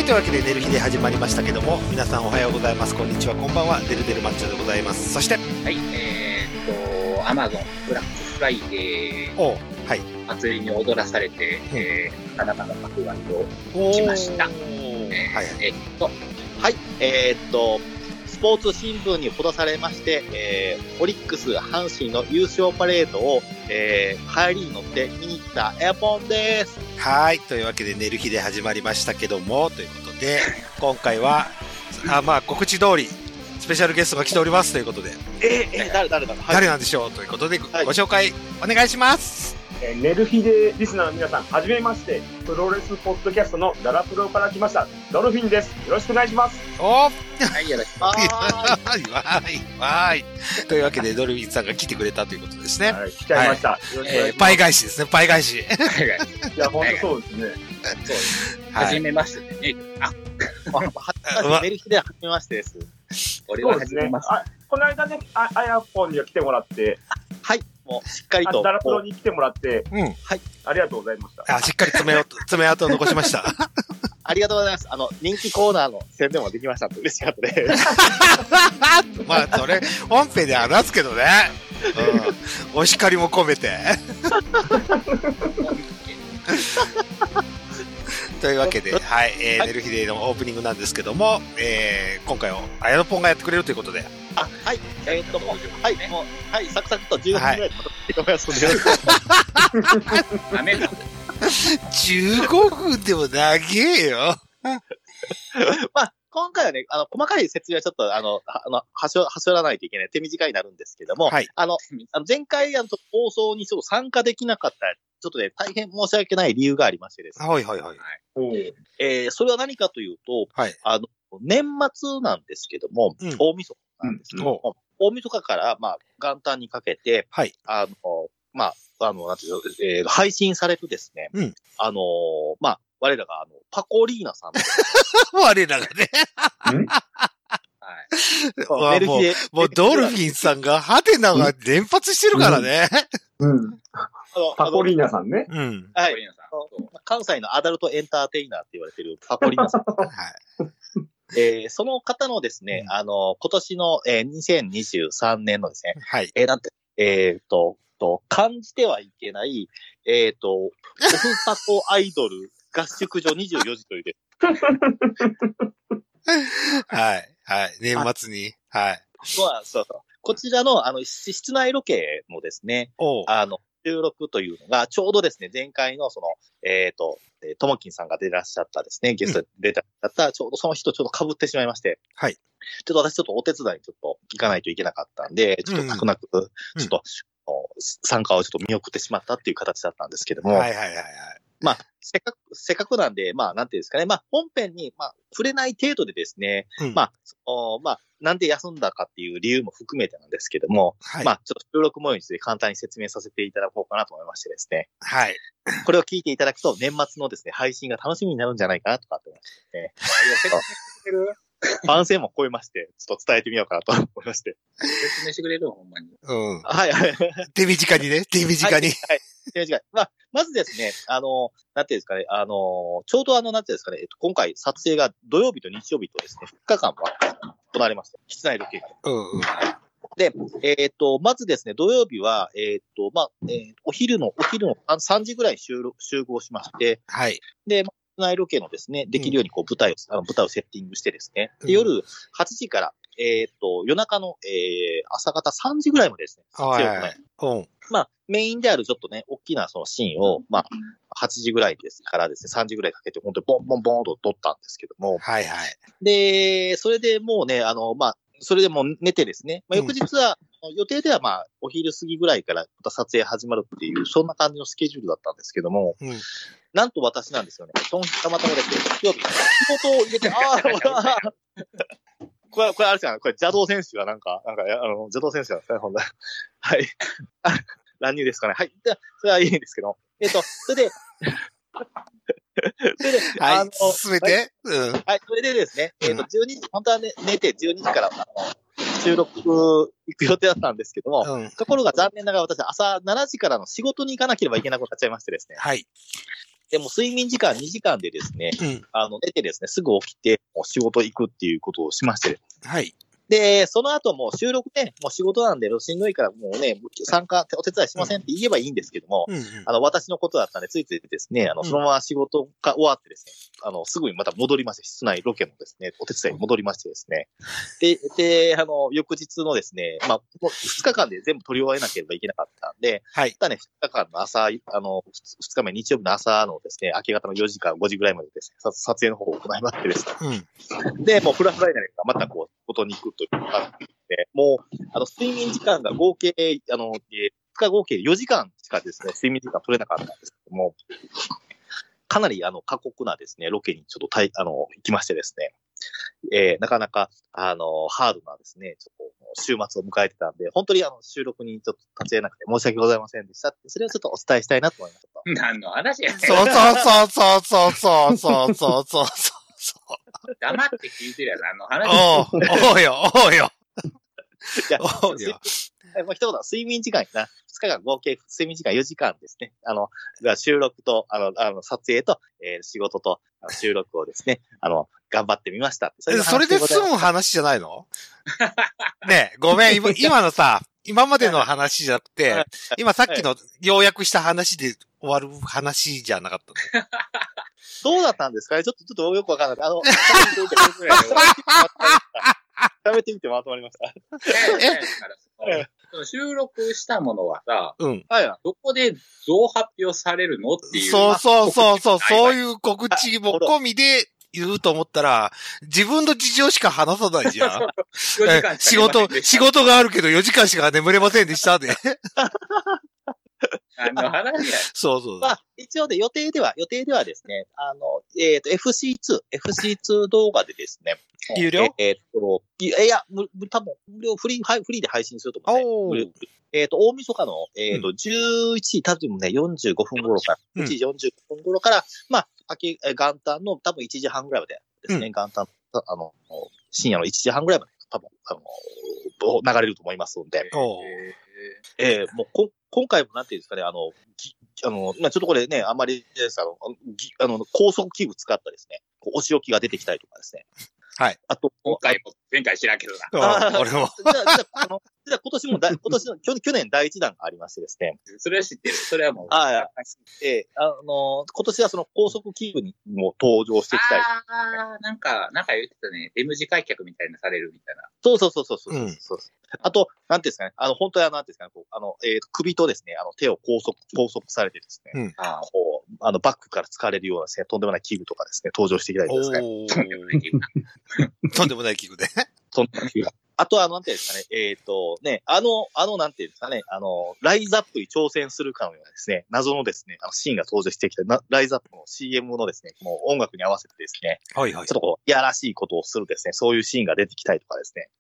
はい、というわけで寝る日で始まりましたけども、皆さんおはようございます、こんにちは、こんばんは。デルデルマッチョでございます。そしてはいAmazon ブラックフライデーはい、 祭りに踊らされて、なかなか爆買いをしました。スポーツ新聞にほどされまして、オリックス阪神の優勝パレードを、帰りに乗って見に行ったエアポンです。 はい、というわけで寝る日で始まりましたけども、ということで今回は告知通りスペシャルゲストが来ておりますということで、誰なんでしょうということで、ご紹介お願いします。 寝る日でリスナーの皆さん、はじめまして。プロレスポッドキャストのダラプロから来ましたドルフィンです。よろしくお願いします。 はい、よろしくお願いします。というわけでドルフィンさんが来てくれたということですね。 はい、来ちゃいました。 倍返しですね、倍返し。 いや、本当そうですね。 そうです。はじめましてね。寝る日ではじめましてです。俺ははじめまして。 この間ね、アヤポンには来てもらって、 はい、もうしっかりとダラプロに来てもらって、 はい、 ありがとうございました。 しっかり爪痕を残しました。 ありがとうございます。人気コーナーの宣伝もできましたので嬉しかったです。 まあ、それ、本編で話すけどね。お叱りも込めて。というわけで、はい、寝る日でのオープニングなんですけども、今回はあやのぽんがやってくれるということで。 はい、サクサクと15分くらいでまとめますので。ダメだ。 15分でも長えよ。 まあ、今回はね、細かい説明はちょっと、はしょらないといけない手短になるんですけども、はい、前回、放送にちょっと参加できなかった、ちょっとね、大変申し訳ない理由がありましてですね。 はい。 それは何かというと、はい、年末なんですけども、大晦日なんですけども、大晦日から、元旦にかけて、はい、なんていうの、配信されるですね、我らが、パコリーナさん。 我らがね。はい。もうドルフィンさんがハテナが連発してるからね。 パコリーナさんね。 はい。関西のアダルトエンターテイナーって言われてるパコリーナさん。はい。その方のですね、今年の、2023年のですね、はい。感じてはいけない、オフパコアイドル合宿所24時というです。 はい。年末に。はい。 そう。こちらの、室内ロケのですね、収録というのが、ちょうどですね、前回のともきんさんが出らっしゃったですね、ゲストで出た、ちょうどその人ちょっと被ってしまいまして、はい。ちょっと私ちょっとお手伝いにちょっと行かないといけなかったんで、ちょっとたくなく、ちょっと、参加をちょっと見送ってしまったっていう形だったんですけども、はい。まあ、せっかくなんで、なんていうんですかね、本編に、触れない程度でですね、なんで休んだかっていう理由も含めてなんですけども、はい、ちょっと収録模様について簡単に説明させていただこうかなと思いましてですね。はい。これを聞いていただくと、年末のですね、配信が楽しみになるんじゃないかなとかって思いましてね。番宣も超えまして、ちょっと伝えてみようかなと思いまして。説明してくれるほんまに。はい。 手短にね、手短に。 はい。手短に。まずですね、なんていうんですかね、ちょうどなんていうんですかね、今回撮影が土曜日と日曜日とですね、2日間行われました。室内ロケが。で、まずですね、土曜日は、お昼の3時ぐらいに集合しまして、はい。で、室内ロケのですね、できるように舞台をセッティングしてですね、で夜8時から、夜中の、朝方3時ぐらいまでですね、撮影を行い、メインであるちょっとね、大きなそのシーンを、8時ぐらいですからですね、3時ぐらいかけて、本当にボンボンボンと撮ったんですけども。はいはい。で、それでもうね、それでもう寝てですね、翌日は、予定ではお昼過ぎぐらいからまた撮影始まるっていう、そんな感じのスケジュールだったんですけども、なんと私なんですよね、たまたまですね、日曜日、仕事を入れて、これあれですかね、これ邪道選手が邪道選手なんですね、ほんとはい。乱入ですかね。はい。で、それはいいんですけど。それで、 はい、進めて、 はい、それでですね、12時、本当はね、寝て12時から、収録行く予定だったんですけども、ところが残念ながら私は朝7時からの仕事に行かなければいけなくなっちゃいましてですね。はい。 でも睡眠時間2時間でですね、寝てですね、すぐ起きて、もう仕事行くっていうことをしまして。 はい。 で、その後も収録ね、もう仕事なんでしんどいからもうね、お手伝いしませんって言えばいいんですけども、私のことだったんで、ついついですね、そのまま仕事が終わってですね、すぐにまた戻りまして、室内ロケのですね、お手伝いに戻りましてですね、で、翌日のですね、もう2日間で全部取り終えなければいけなかったんで、 はい。 ただね、2日間の朝、2日目日曜日の朝のですね、明け方の4時から5時ぐらいまでですね、撮影の方を行いましてですね、で、もうフラフラになるから、またこう、ことに行くという感じで、もう、睡眠時間が合計、2日合計4時間しかですね、睡眠時間取れなかったんですけども、かなり過酷なですね、ロケにちょっと行きましてですね、なかなか、ハードなですね、ちょっと週末を迎えてたんで、本当に収録にちょっと立ち会えなくて申し訳ございませんでしたって、それをちょっとお伝えしたいなと思いました。 何の話やねん。 そう。 黙って聞いてるやつ、何の話おうよ。 いや、もう一言、睡眠時間な。2日間合計睡眠時間4時間ですね。収録と、撮影と、仕事と、収録をですね、頑張ってみました。 それで済む話じゃないのねえ、ごめん、今のさ、今までの話じゃなくて、今さっきの要約した話で終わる話じゃなかったの。 どうだったんですかねちょっとよくわかんない。食べてみてまとまりました。 収録したものはさ、 はい。 どこでどう発表されるのっていう。 そういう告知も込みで言うと思ったら、自分の事情しか話さないじゃん。仕事があるけど4時間しか眠れませんでしたで。そう。 まあ、一応で予定ではですね、FC2 動画でですね。 有料？ いや、多分、無料、フリーで配信すると思うね。大晦日の、11時、多分ね、45分頃から、1時45分頃から、まあ、元旦の多分1時半ぐらいまでですね、元旦、深夜の1時半ぐらいまで、多分、流れると思いますので。もう今回もなんていうんですかね、ちょっとこれね、あんまりです高速器具使ったですね、お仕置きが出てきたりとかですね。 はい。 あと、前回知らんけどな。 俺も。 じゃあ今年の、去年第一弾がありましてですね。 それは知ってる。それはもう。 今年はその高速器具にも登場してきたり。 なんか言ってたね。M 字開脚みたいなされるみたいな。 そう。あと、なんていうんですかね。本当はなんていうんですかね。首とですね、手を拘束されてですね。バックから疲れるようなですね、とんでもない器具とかですね、登場してきたりですね。 とんでもない器具で。 あとなんていうんですかね、なんていうんですかね、ライズアップに挑戦するかのようなですね、謎のですね、シーンが登場してきた、ライズアップの CM のですね、もう音楽に合わせてですね、 はいはい。 ちょっとこう、いやらしいことをするですね、そういうシーンが出てきたりとかですね。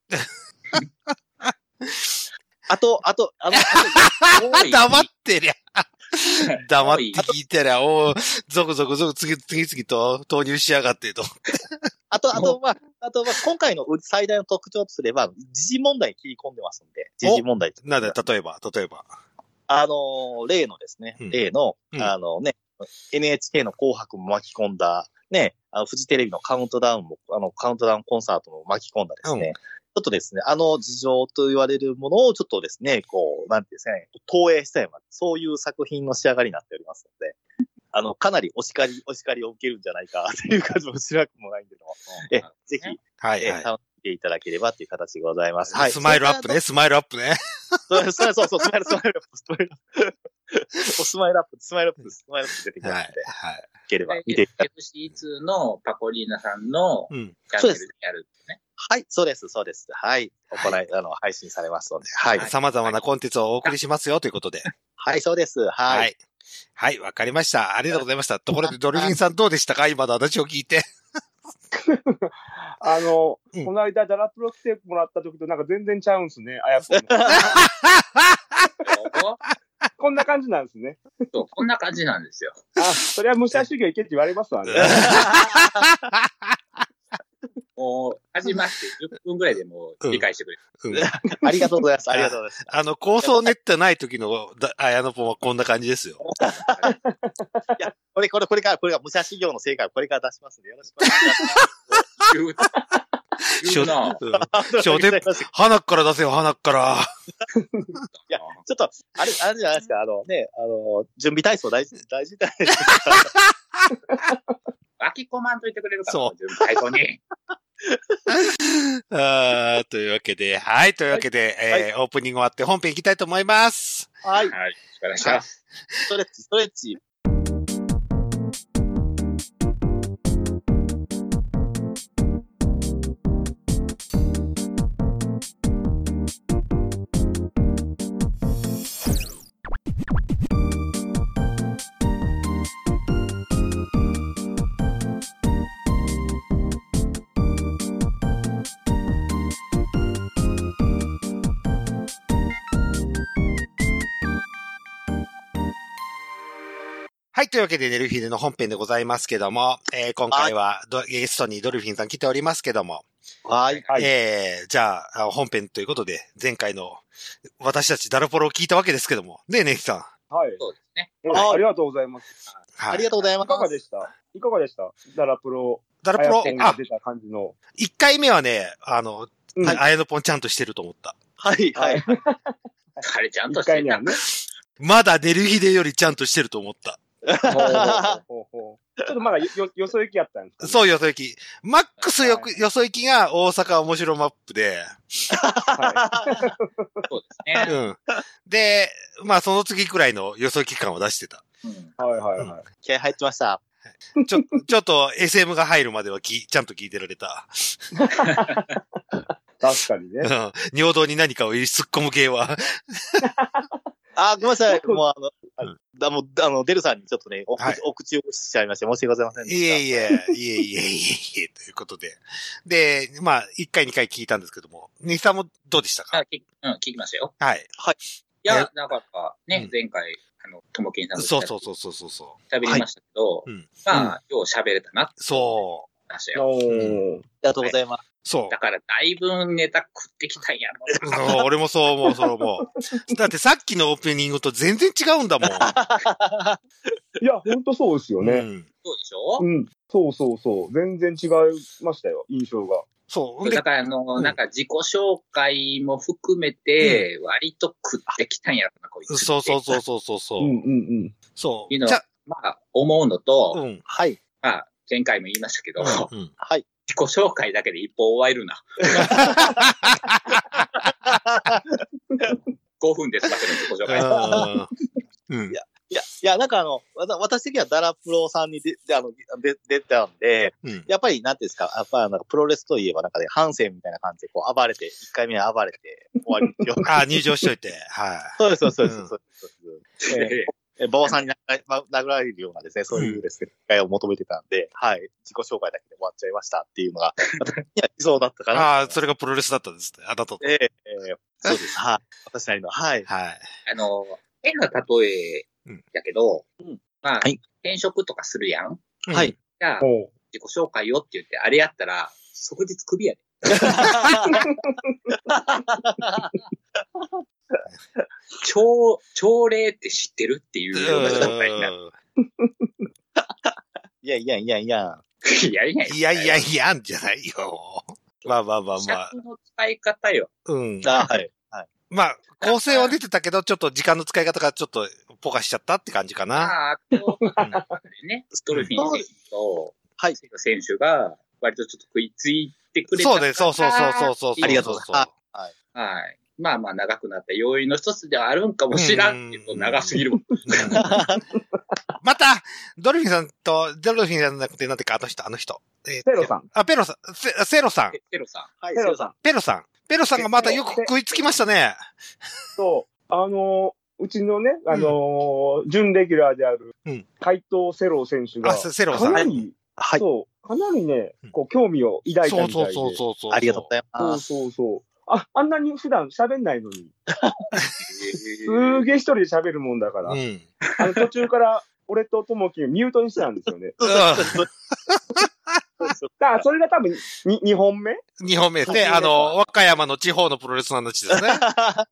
あと、 黙ってりゃ。黙って聞いてりゃ、続々次々と投入しやがってと。 あと、今回の最大の特徴とすれば、時事問題に切り込んでますんで、時事問題。 なんだ、例えば。 例のですね、NHK の紅白も巻き込んだ、ね、フジテレビのカウントダウンコンサートも巻き込んだですね、ちょっとですね、事情と言われるものをちょっとですね、こう、なんていうんですかね、投影したような、そういう作品の仕上がりになっておりますので、かなりお叱りを受けるんじゃないかという感じもしなくもないんでの、ぜひ、楽しんでいただければという形でございます。 はい。スマイルアップね。 そう、スマイルアップ。スマイルアップ出てきますので、はい。いければ見ていただければ。 FC2 のパコリーナさんのチャンネルでやるんですね。 はい、そうです。はい。配信されますので、はい。 様々なコンテンツをお送りしますよということで。 はい、そうです。はい。 はい、わかりました。ありがとうございました。ところで、ドルフィンさんどうでしたか今の話を聞いて。 この間、ダラプロ来てもらった時となんか全然ちゃうんすね、あやぽん。こんな感じなんですね。 そう、こんな感じなんですよ。 それは武者修行行けって言われますわね。 もう、始まって10分ぐらいでもう理解してくれる。 ありがとうございます。 構想練ってない時の綾野ポンはこんな感じですよ。 いや、 これが武者修行の成果をこれから出しますんで、よろしくお願いします。 言うな。 初手、鼻から出せよ、鼻から。 いや、ちょっと、あれじゃないですか、準備体操大事じゃないですか。 巻き込まんといてくれるから、準備体操に。 というわけで、はい、というわけで、オープニング終わって本編行きたいと思います。 はい。 はい。お願いします。 ストレッチ。 はい。というわけで、ネルフィーヌの本編でございますけども、今回はゲストにドルフィンさん来ておりますけども、 はい。 じゃあ、本編ということで、前回の私たちダラポロを聞いたわけですけども、ねえ、ネヒさん。 はい。 そうですね。 ありがとうございます。 はい。ありがとうございます。 いかがでしたダラプロ。 ダラプロ、 出た感じの。 1回目はね、あやのぽんちゃんとしてると思った。 はい、はい。 あれちゃんとしてた。 ね。 まだネルヒデよりちゃんとしてると思った。 ちょっとまだよそ行きやったんですか、ね、 そう、よそ行き。マックスよそ行きが大阪面白マップで。 はい。そうですね。 うん。で、まあその次くらいのよそ行き感を出してた。 はいはいはい。 気合入ってました。 ちょっと SM が入るまではちゃんと聞いてられた。 確かにね。 尿道に何かを突っ込む系は。 ごめんなさい。もう、デルさんにちょっとね、お口をしちゃいまして、申し訳ございませんでした。 いえ、ということで。で、まあ、1回2回聞いたんですけども、西さんもどうでしたか？ 聞きましたよ。 はい。 はい。 いや、なんかね、前回、ともけんさんとそう。 喋りましたけど、まあ、よう喋れたなって。 そう。 ありがとうございます。 そう。 だから、だいぶネタ食ってきたんやろ。 俺もそう思う。だってさっきのオープニングと全然違うんだもん。 いや、ほんとそうですよね。 そうでしょ？ うん。そう。全然違いましたよ、印象が。 そう。 だからなんか自己紹介も含めて、割と食ってきたんやろな、こいつ。 そう。そう。 そう。まあ、思うのと、 はい。 まあ、前回も言いましたけど、 はい。 自己紹介だけで一歩終わるな。5分ですだけの自己紹介。 いや、なんか私的にはダラプロさんに出たんで、やっぱり、なんていうんですか、やっぱプロレスといえばなんかね、ハンセンみたいな感じで、こう、暴れて、1回目は暴れて、終わりですよ。 入場しといて、はい。 そうです。馬場さんに殴られるようなですね、そういうですね、機会を求めてたんで、はい。自己紹介だけで終わっちゃいましたっていうのが、そうだったかな。 それがプロレスだったんですね。あだと。 そうです。はい。私なりの、はい。 はい。 変な例えやけど、まあ、転職とかするやん。 はい。 じゃあ、自己紹介よって言って、あれやったら、即日クビやで。朝礼って知ってるっていうような状態になる。 いや。 いやじゃないよ。まあ。 尺の使い方よ。 はい。 まあ、構成は出てたけど、ちょっと時間の使い方がちょっとポカしちゃったって感じかな。 あと、ね、ストルフィン選手と、選手が、割とちょっと食いついてくれた。 そうです、そう。 ありがとうございます。 はい。まあ長くなった要因の一つではあるんかもしらんけど、長すぎる。 また、ドルフィンさんじゃなくて、なんていうか、あの人。 ペロさん。 ペロさん。セロさん。 はい、ペロさんがまたよく食いつきましたね。 そう。うちのね、準レギュラーである、海藤セロ選手が、 セロさん。 かなりね、こう、興味を抱いたみたいで。 そう。 ありがとうございます。 そう。あんなに普段喋んないのに。すげえ一人で喋るもんだから。途中から、俺とともきミュートにしてたんですよね。だから、それが多分、2本目 ?2 本目で、和歌山の地方のプロレスの話ですね。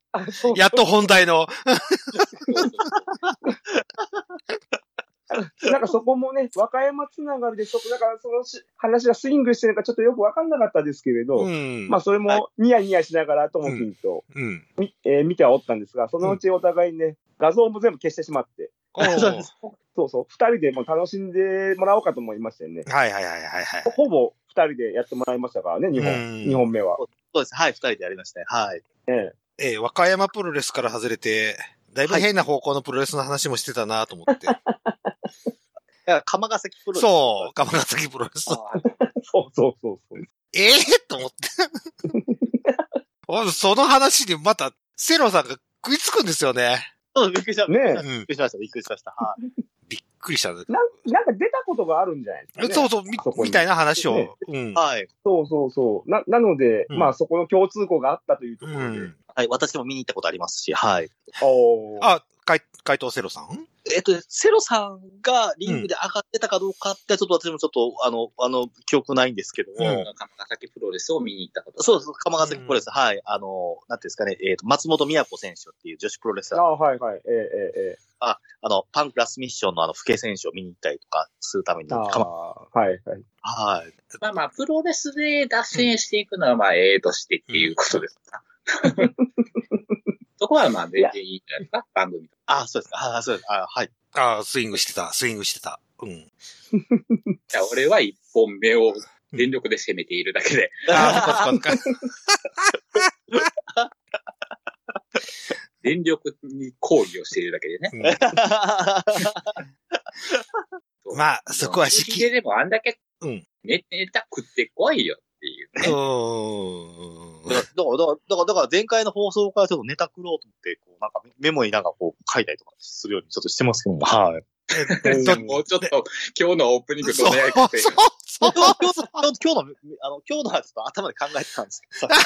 やっと本題の。 なんなんかそこもね、和歌山つながりで、だからその話がスイングしてるのかちょっとよくわかんなかったですけれど、まあそれもニヤニヤしながらともきんと、見てはおったんですが、そのうちお互いにね、画像も全部消してしまって、そうそう、二人でも楽しんでもらおうかと思いましてね。 はい。 ほぼ二人でやってもらいましたからね、2本目は。 そうです。はい、二人でやりましたね。はい。 和歌山プロレスから外れて、だいぶ変な方向のプロレスの話もしてたなと思って。 釜ヶ崎プロレス。 そう、釜ヶ崎プロレス。 そう。 と思って。その話にまた、セロさんが食いつくんですよね。 そう、びっくりした。 ねびっくりしました。はい。 びっくりした。なんか出たことがあるんじゃないですかね。 そう、みたいな話を。 はい。 そう。なので、まあそこの共通項があったというところで。 はい、私も見に行ったことありますし、はい。 怪盗セロさん？ セロさんがリングで上がってたかどうかって、ちょっと私もちょっと、記憶ないんですけども。 釜ヶ崎プロレスを見に行ったこと。 そう、釜ヶ崎プロレス、はい。なんていうんですかね、松本美也子選手っていう女子プロレスラー。 はい。 パンクラスミッションのフケ選手を見に行ったりとかするために。はい。 まあ、プロレスで脱線していくのは、まあ、としてっていうことですか。そこはまあ全然いいんじゃないですか、番組。 そうですか。そうです。はい。 スイングしてた。 じゃあ、俺は一本目を全力で攻めているだけで。全力に抗議をしているだけでね。 まあ、そこはでもあんだけ、ネタ食ってこいよっていうね。 だから前回の放送からちょっとネタ食ろうと思って、こうなんかメモになんかこう書いたりとかするようにちょっとしてますけども、はい。 もうちょっと今日のオープニングとね、 今日のはちょっと頭で考えてたんですけど、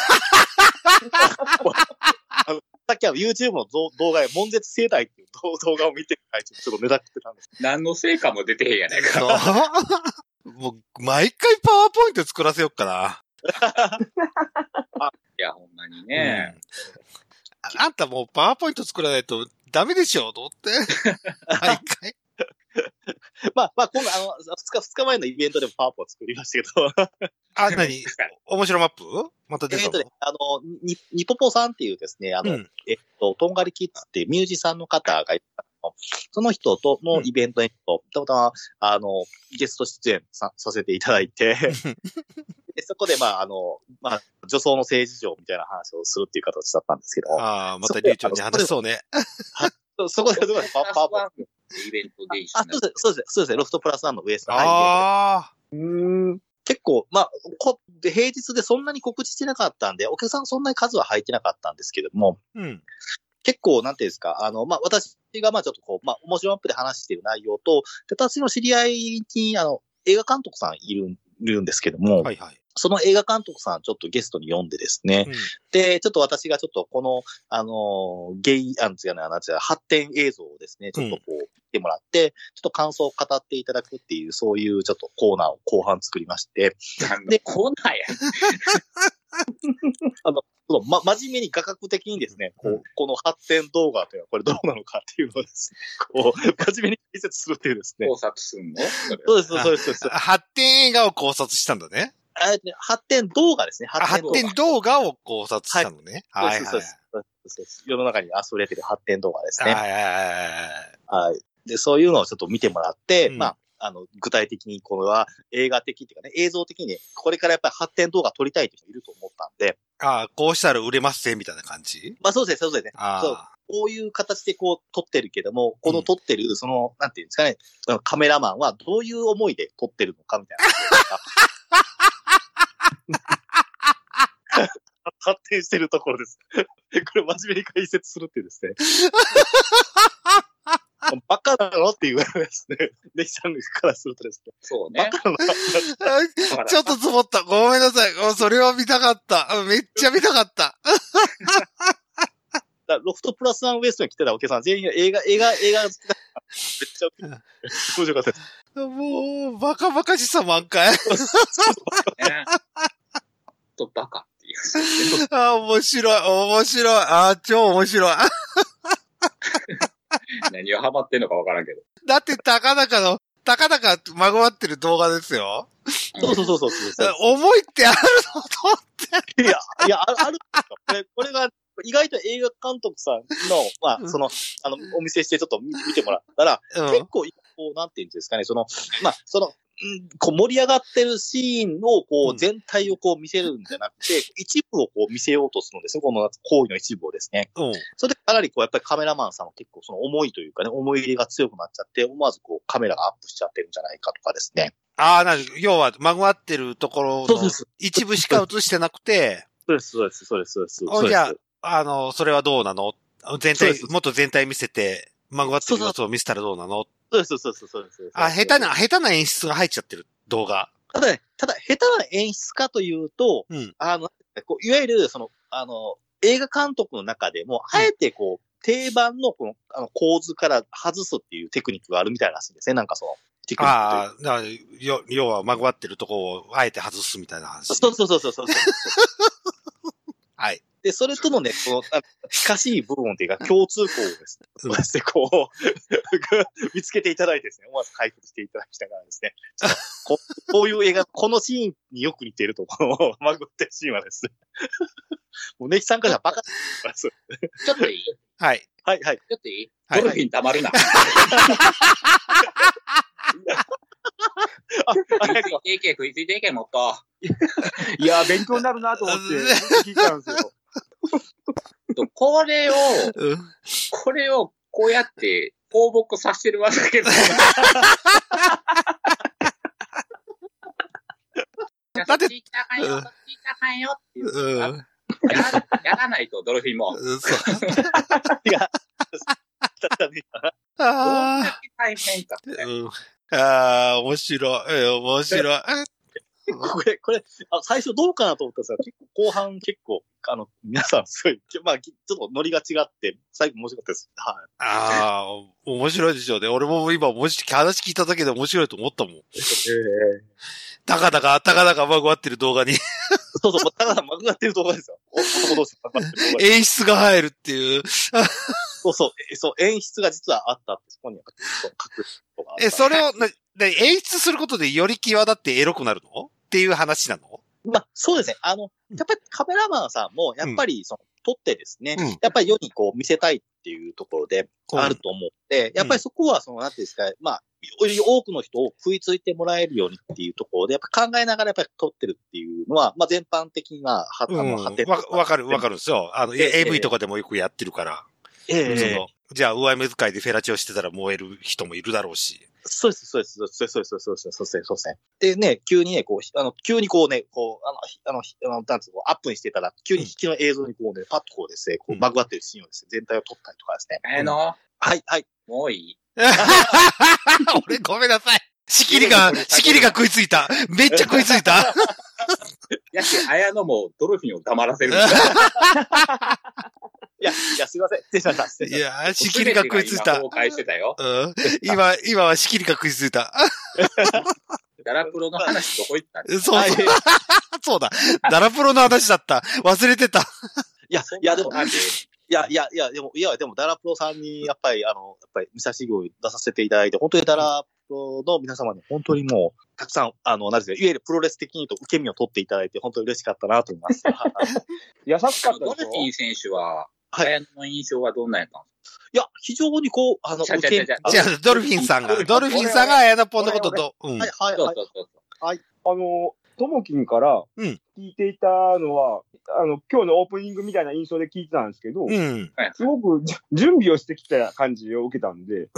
さっきYouTube の動画で、悶絶生態っていう動画を見てる最中にちょっとネタ食ってたんです。 何の成果も出てへんやないか。 もう、毎回パワーポイント作らせよっかな。 いや、ほんまにね。 あんたもうパワーポイント作らないとダメでしょと思って。毎回。 まあ、今度2日前のイベントでもパワーポを作りましたけど。 何面白マップまた出たの？ ニポポさんっていうですね、とんがりキッズっていうミュージシャンの方がいたの。その人とのイベントに、たまたま、ゲスト出演させていただいて、でそこで、女装の政治上みたいな話をするっていう形だったんですけど。 またリュウちゃんに話しそうね。 そこで、パワーポイベントで一緒に。 そうですね。ロフトプラス1のウエスト。結構、平日でそんなに告知してなかったんで、お客さんそんなに数は入ってなかったんですけども、結構、なんていうんですか、私がちょっとこう、面白アップで話している内容と、私の知り合いに、映画監督さんいるんですけども、その映画監督さんちょっとゲストに呼んでですね、で、ちょっと私がちょっとこの、発展映像をですね、ちょっとこう、見てもらって、ちょっと感想を語っていただくっていう、そういうちょっとコーナーを後半作りまして、 で、コーナーや。 真面目に画角的にですね、この発展動画というのはこれどうなのかっていうのをですね、こう、真面目に解説するっていうですね。 考察するの？ そうです。 発展映画を考察したんだね。 発展動画ですね。 発展動画を考察したのね。 そうです。世の中に溢れてる発展動画ですね。で、そういうのをちょっと見てもらって、具体的にこれは映画的っていうかね、映像的にね、これからやっぱり発展動画撮りたいという人いると思ったんで。 こうしたら売れますね、みたいな感じ？ そうですね。こういう形でこう撮ってるけども、この撮ってる、なんていうんですかね、カメラマンはどういう思いで撮ってるのかみたいな。発展してるところです。これ真面目に解説するっていうですね。バカなのっていうですね。ネキさんからするとですね。 そうね。 バカなのちょっとつぼった。ごめんなさい。それは見たかった。めっちゃ見たかった。 ロフトプラス1ウエストに来てたお客さん全員映画めっちゃ面白かったです。 もう、バカバカしさ満開。 とバカっていう。 面白い。超面白い。 何をハマってんのかわからんけど。 だって、たかだかのたかだかまぐわってる動画ですよ。 そう。 思いってあるのとって。いや、あるんですよ。これが、意外と映画監督さんの、まあ、お見せしてちょっと見てもらったら、結構、こう、なんていうんですかね、まあ、こう盛り上がってるシーンを、こう、全体をこう見せるんじゃなくて、一部をこう見せようとするんですよ。この行為の一部をですね。それでかなりこう、やっぱりカメラマンさんは結構その思いというかね、思い入れが強くなっちゃって、思わずこう、カメラがアップしちゃってるんじゃないかとかですね。 要は、まぐわってるところの一部しか映してなくて、 そうです。 じゃあ、それはどうなの？もっと全体見せて、まぐわってる様子を見せたらどうなの？ そうです。 下手な演出が入っちゃってる動画。 ただ、下手な演出かというと、いわゆる、映画監督の中でも、あえてこう、定番のこの、構図から外すっていうテクニックがあるみたいらしいんですね。なんかテクニック。 だから要は、まぐわってるとこをあえて外すみたいな話。 そう。 はい。 で、それとのね、近しい部分っていうか、共通項をですね、そうですね、こう、見つけていただいてですね、思わず解決していただきながらですね、こういう映画、このシーンによく似ていると、このまぐってるシーンはですね、もうネキさんからバカちょっといい？ はい。 ちょっといい？ドルフィン溜まるな。食いついていけ、もっと。 いや、勉強になるなと思って聞いたんですよ。 これをこうやって放牧させてるわけですよ。だって、聞いたかんよっていう。やらないと、ドルフィンも。 いや、 大変かって。 面白い。 これ、最初どうかなと思ったんですが、後半結構、皆さんすごい、まあ、ちょっとノリが違って、最後面白かったです。 はい。面白いでしょうね。俺も今、話聞いただけで面白いと思ったもん。たかだかまぐわってる動画に。 そう、たかだかまぐわってる動画ですよ。男同士まぐわってる動画。 演出が入るっていう。 そう、演出が実はあったって、そこには隠すとか。 それを、演出することでより際立ってエロくなるのっていう話なの？ まあ、そうですね。やっぱりカメラマンさんも、やっぱり撮ってですね、やっぱり世にこう見せたいっていうところであると思って、やっぱりそこはなんていうんですか、まあ、より多くの人を食いついてもらえるようにっていうところで、やっぱ考えながらやっぱり撮ってるっていうのは、まあ全般的な、 わかるんですよ。AV とかでもよくやってるから。じゃあ、上目遣いでフェラチオしてたら燃える人もいるだろうし。 そうです。でね、急にね、急にこうね、なんつうの、アップにしてたら、急に引きの映像にこうね、パッとこうですね、まぐわってるシーンをですね、全体を撮ったりとかですね。はい。 もういい？ 俺ごめんなさい。仕切りが食いついた。めっちゃ食いついた。 やし、綾野もドルフィンを黙らせる。 いや、すいません。 いや、仕切りが食いついた。今は仕切りが食いついた。 ダラプロの話どこ行ったん？ そうだ。ダラプロの話だった。忘れてた。 でも、ダラプロさんに、やっぱり見させて出させていただいて、本当にダラプロの皆様に本当にもう、たくさん、なんですか、いわゆるプロレス的にと受け身を取っていただいて、本当に嬉しかったなと思います。 優しかったですよ。 ドルフィン選手は、綾野の印象はどんなやったんですか？ いや、非常にこう、 じゃあ、ドルフィンさんが綾野ポンのことと、 はい。 ともきんから聞いていたのは、今日のオープニングみたいな印象で聞いてたんですけど、すごく準備をしてきた感じを受けたんで、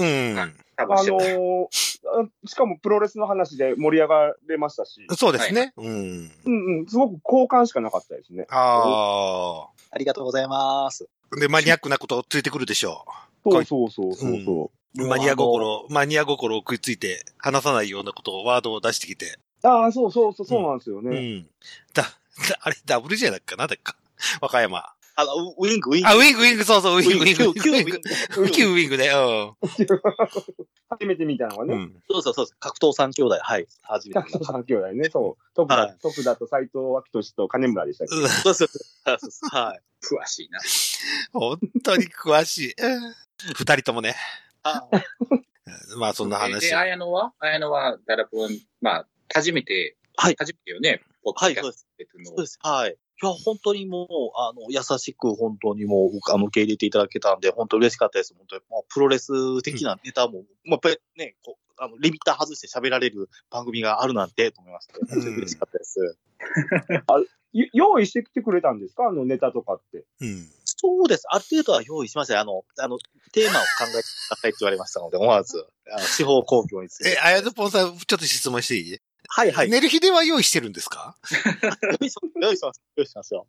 しかもプロレスの話で盛り上がれましたし。 そうですね。 すごく好感しかなかったですね。 ありがとうございます。 で、マニアックなことをついてくるでしょう。そう。 マニア心を食いついて話さないようなことをワードを出してきて。 そうなんですよね。 あれ、ダブルじゃなくかなだっか。和歌山。 ウィング。 ウィング、そう、ウィング。旧ウィングで、 初めて見たのはね。 そう。格闘三兄弟、はい。初めて。 格闘三兄弟ね、そう。徳田と斎藤明俊と金村でしたっけ？ そう。はい。 詳しいな。 本当に詳しい。二人ともね。 まあそんな話。 で、綾野はダラプロに、まあ、初めてよね。 はい、そうです。そうです。はい。いや、本当にもう、優しく本当にもう、受け入れていただけたんで、本当嬉しかったです。本当に、もう、プロレス的なネタも、やっぱりね、リミッター外して喋られる番組があるなんて、と思いまして、本当に嬉しかったです。 用意してきてくれたんですかネタとかって。 そうです。ある程度は用意しました。テーマを考えてくださいって言われましたので、思わず、司法公共について。 あやとぽんさん、ちょっと質問していい？ はいはい。 寝る日では用意してるんですか？ 用意します。用意しますよ。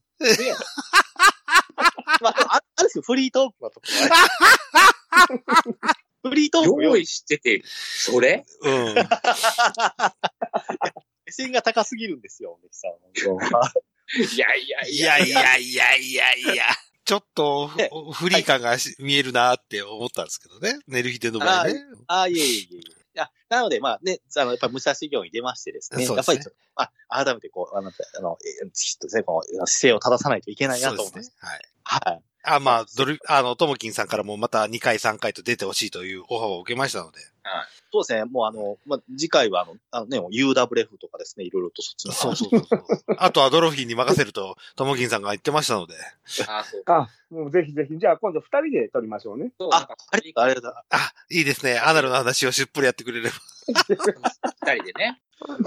まあ、ある種フリートークのところ。フリートーク用意してて、それ？ うん。 目線が高すぎるんですよ、ネキさん。 いや。 ちょっとフリー感が見えるなって思ったんですけどね。寝る日での場合ね。 いえ。なので、まあね、やっぱり武蔵業に出ましてですね。やっぱり、改めてこう、姿勢を正さないといけないなと思って。はい。 まあ、ともきんさんからもまた2回3回と出てほしいというオファーを受けましたので。 はい。そうですね。もう次回はUWF とかですね、いろいろとそっちの。 そう。あとはドロフィンに任せると、ともきんさんが言ってましたので。 もうぜひ。じゃあ今度2人で撮りましょうね。 ありがとう。 いいですね。アナルの話をしっぽりやってくれれば。 2人でね。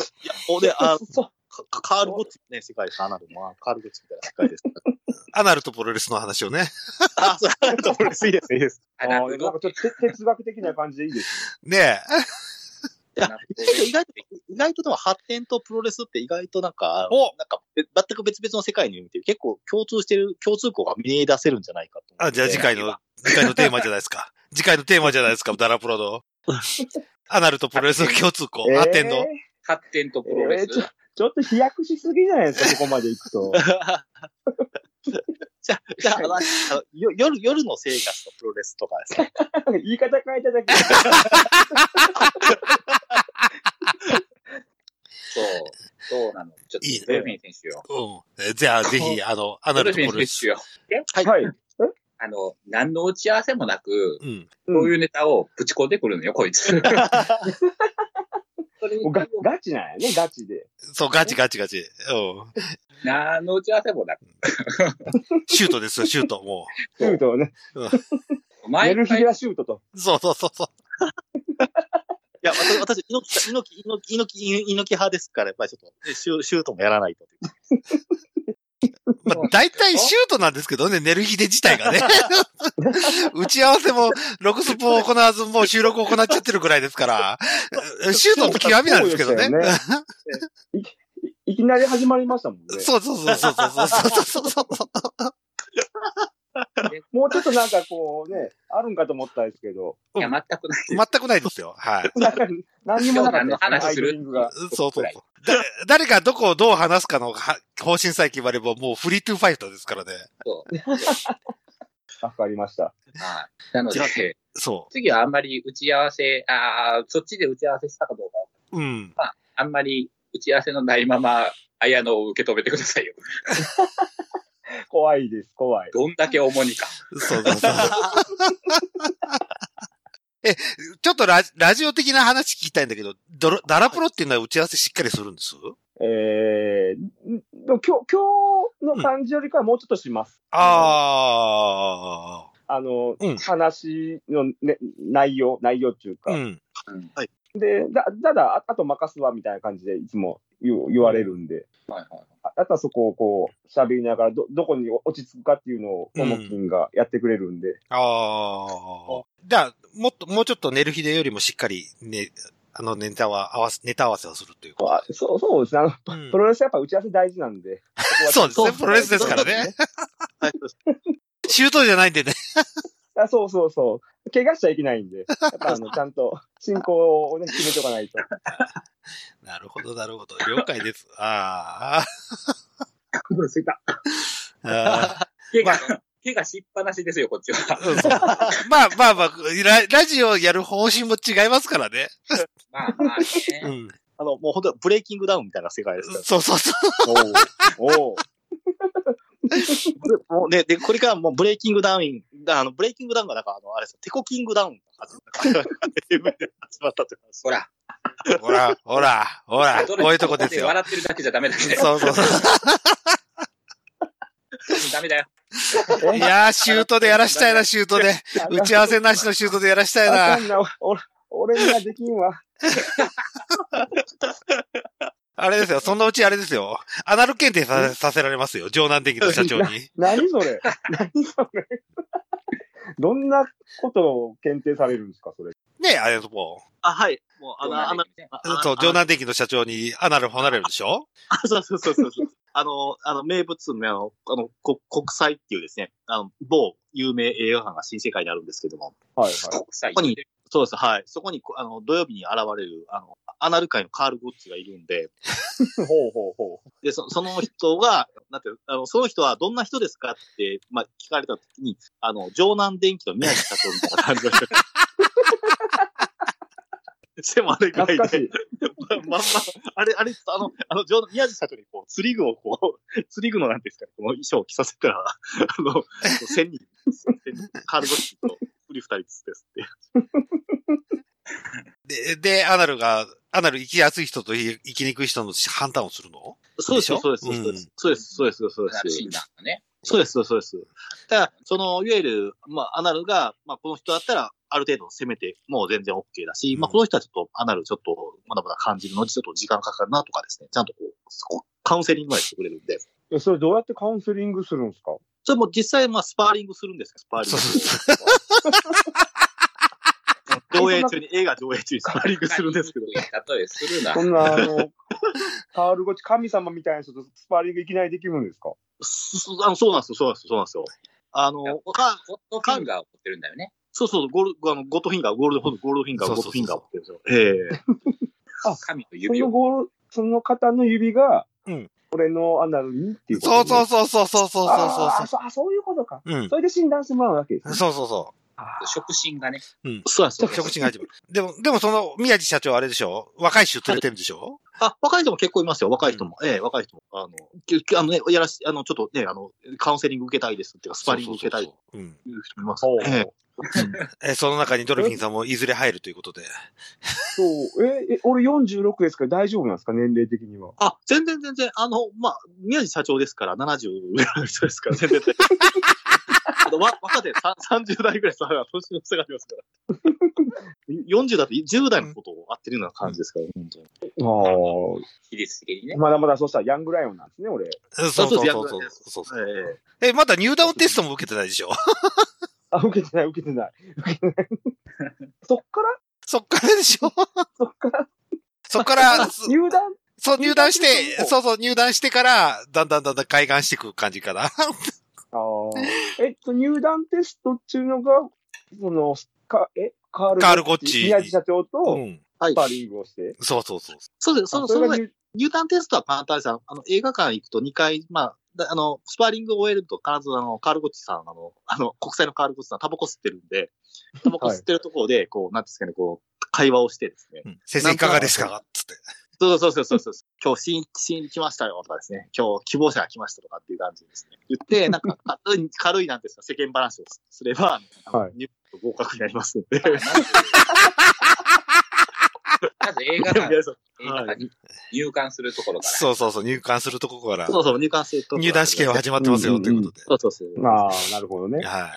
カールゴッチね、世界です。アナルも、カールゴッチみたいな世界です。 アナルとプロレスの話をね。 アナルとプロレスいいです。 なんかちょっと哲学的な感じでいいですね。ねえ。意外とでも発展とプロレスって意外となんか全く別々の世界に見て結構共通項が見出せるんじゃないかと。 じゃあ次回のテーマじゃないですか。次回のテーマじゃないですか、ダラプロの。アナルとプロレスの共通項、発展とプロレス。 ちょっと飛躍しすぎじゃないですか、そこまで行くと。 じゃあ、夜の生活とプロレスとかですね。 言い方変えただけ。 そうなの。ちょっとドルフィン選手よ。 じゃあぜひ、アナルとプロレス。 はい。 何の打ち合わせもなく、そういうネタをぶち込んでくるのよ、こいつ。 ガチなんやね、ガチで。 そう、ガチ。 何の打ち合わせもなく。 シュートですよ、シュート、もう。シュートをね。寝る日はシュートと。 そう。 いや、私、猪木派ですから、やっぱりちょっと、シュートもやらないと。 大体シュートなんですけどね、寝る日で自体がね。打ち合わせも、ロクスポを行わず、もう収録を行っちゃってるくらいですから、シュートの極みなんですけどね。 いきなり始まりましたもんね。 そう。 もうちょっとなんかこうね、あるんかと思ったんですけど。 いや、全くない。 全くないですよ。はい。 何にもなかった。 話する。 そう。誰がどこをどう話すかの方針さえ決まればもうフリートゥーファイトですからね。 そう。 わかりました。 なので、次はあんまり打ち合わせ、そっちで打ち合わせしたかどうか。まあ、あんまり打ち合わせのないまま、綾野を受け止めてくださいよ。 怖いです、怖い。 どんだけ重荷か。 そう。ちょっとラジオ的な話聞きたいんだけど、ダラプロっていうのは打ち合わせしっかりするんです？ 今日の感じよりかはもうちょっとします。話の、ね、内容っていうか。はい。で、あと任すわみたいな感じでいつも言われるんで。あとはそこをこう、喋りながらどこに落ち着くかっていうのを、ともきんがやってくれるんで。じゃあ、もうちょっと寝る日でよりもしっかりね、ネタ合わせをするというか。 そうですね。プロレスやっぱ打ち合わせ大事なんで。 そうですね。プロレスですからね。シュートじゃないんでね。 そう。怪我しちゃいけないんで。やっぱちゃんと進行をね、決めとかないと。 なるほど。了解です。 苦しいた。 怪我しっぱなしですよ、こっちは。 まあ、ラジオやる方針も違いますからね。 まあね。 もう本当ブレイキングダウンみたいな世界ですから。 そう。 もうね、で、これからもうブレイキングダウンブレイキングダウンがあれです、テコキングダウンが始まったって話。 ほら。 こういうとこですよ。 笑ってるだけじゃダメだね。 そう。 ダメだよ。 いやー、シュートでやらしたいな、シュートで。打ち合わせなしのシュートでやらしたいな。 俺にはできんわ。 あれですよ、そのうちあれですよ。アナル検定させられますよ、城南電機の社長に。 何それどんなことを検定されるんですか、それ。 ねえ、あれもう。 はい。もう、 そう、城南電機の社長にアナル離れるでしょ？ そう。名物の国際っていうですね、某有名映画館が新世界にあるんですけども。 はい。 そこに、そうです、はい。そこに、土曜日に現れる、アナル界のカール・ゴッチがいるんで。 ほう。 で、その人が、その人はどんな人ですかって、聞かれたときに、城南電機の宮地社長みたいな感じで。してもあれぐらいで。宮地社長に釣り具のなんですかね、この衣装を着させたら、1000人、カール・ゴッチと売り2人ですって。で、アナル行きやすい人と行きにくい人の判断をするの？ そうです。そうです。 診断がね。 そうです。だから、いわゆる、アナルが、この人だったら、ある程度攻めてもう全然 OK だし、この人はちょっとアナルちょっとまだまだ感じるので、ちょっと時間かかるなとかですね、ちゃんとカウンセリングまでしてくれるんで。 それどうやってカウンセリングするんですか？ それも実際、スパーリングするんですか？スパーリング。映画上映中にスパーリングするんですけど。 例えするな。 そんな、カール・ゴッチ神様みたいな人とスパーリングいきなりできるんですか？ そうなんですよ。 ゴッドフィンガーを持ってるんだよね。 そう、ゴールドフィンガー、ゴールドフィンガーを持ってるんですよ。 神の指を。 その方の指が、俺のアナルにっていうこと、 ね。そう。 そういうことか。それで診断してもらうわけですね。 そう。 触診がね。 そう触診が始まる。でもその、宮地社長あれでしょ？若い人連れてるんでしょ？ 若い人も結構いますよ。若い人も。若い人も。ちょっとね、カウンセリング受けたいですっていうか、スパーリング受けたいっていう人もいます。 その中にドルフィンさんもいずれ入るということで。 そう。俺46ですから大丈夫なんですか？年齢的には。 全然。宮地社長ですから70ぐらいの人ですから、全然。若手30代ぐらい年の差がありますから。40だと10代のことを合ってるような感じですから、本当に。 比率的にね。 まだそうしたらヤングライオンなんですね、俺。 そう。まだ入団テストも受けてないでしょ？ 受けてない。そっからでしょ？そっから入団してから、だんだん開眼していく感じかな。 入団テストっていうのが、カール・ゴッチ宮地社長と、スパーリングをして。 そうです。入団テストは簡単です。映画館行くと2回、スパーリングを終えると必ずカール・ゴッチさん、国際のカール・ゴッチさん、タバコ吸ってるんで、タバコ吸ってるところで、なんですかね、会話をしてですね。 先生いかがですかつって。 そう。今日、新来ましたよとかですね。今日、希望者が来ましたとかっていう感じですね。言って、軽いなんですか、世間話をすれば、入合格になりますので。 まず映画館に入館するところから。 そう、入館するところから。 そう、入館するところ。 入団試験は始まってますよ、ということで。 そう。 なるほどね。 はい。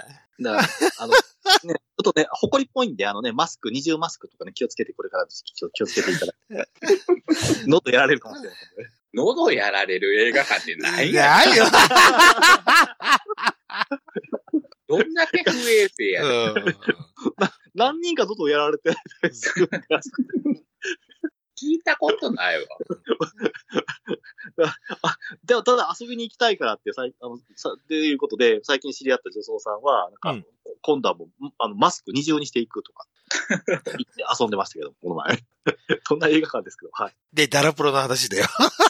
だから、ちょっとね、埃っぽいんで、マスク、二重マスクとかね、気をつけて、これから気をつけていただいて。喉やられるかもしれないですね。 喉やられる映画館ってないないよ。 どんだけ不衛生やねん。 何人か喉やられてるんですよ。 聞いたことないわ。 でも、ただ遊びに行きたいからっていうことで、最近知り合った女装さんは、今度はもう、マスク二重にしていくとか、言って遊んでましたけど、この前。そんな映画館ですけど、はい。 で、ダラプロの話だよ。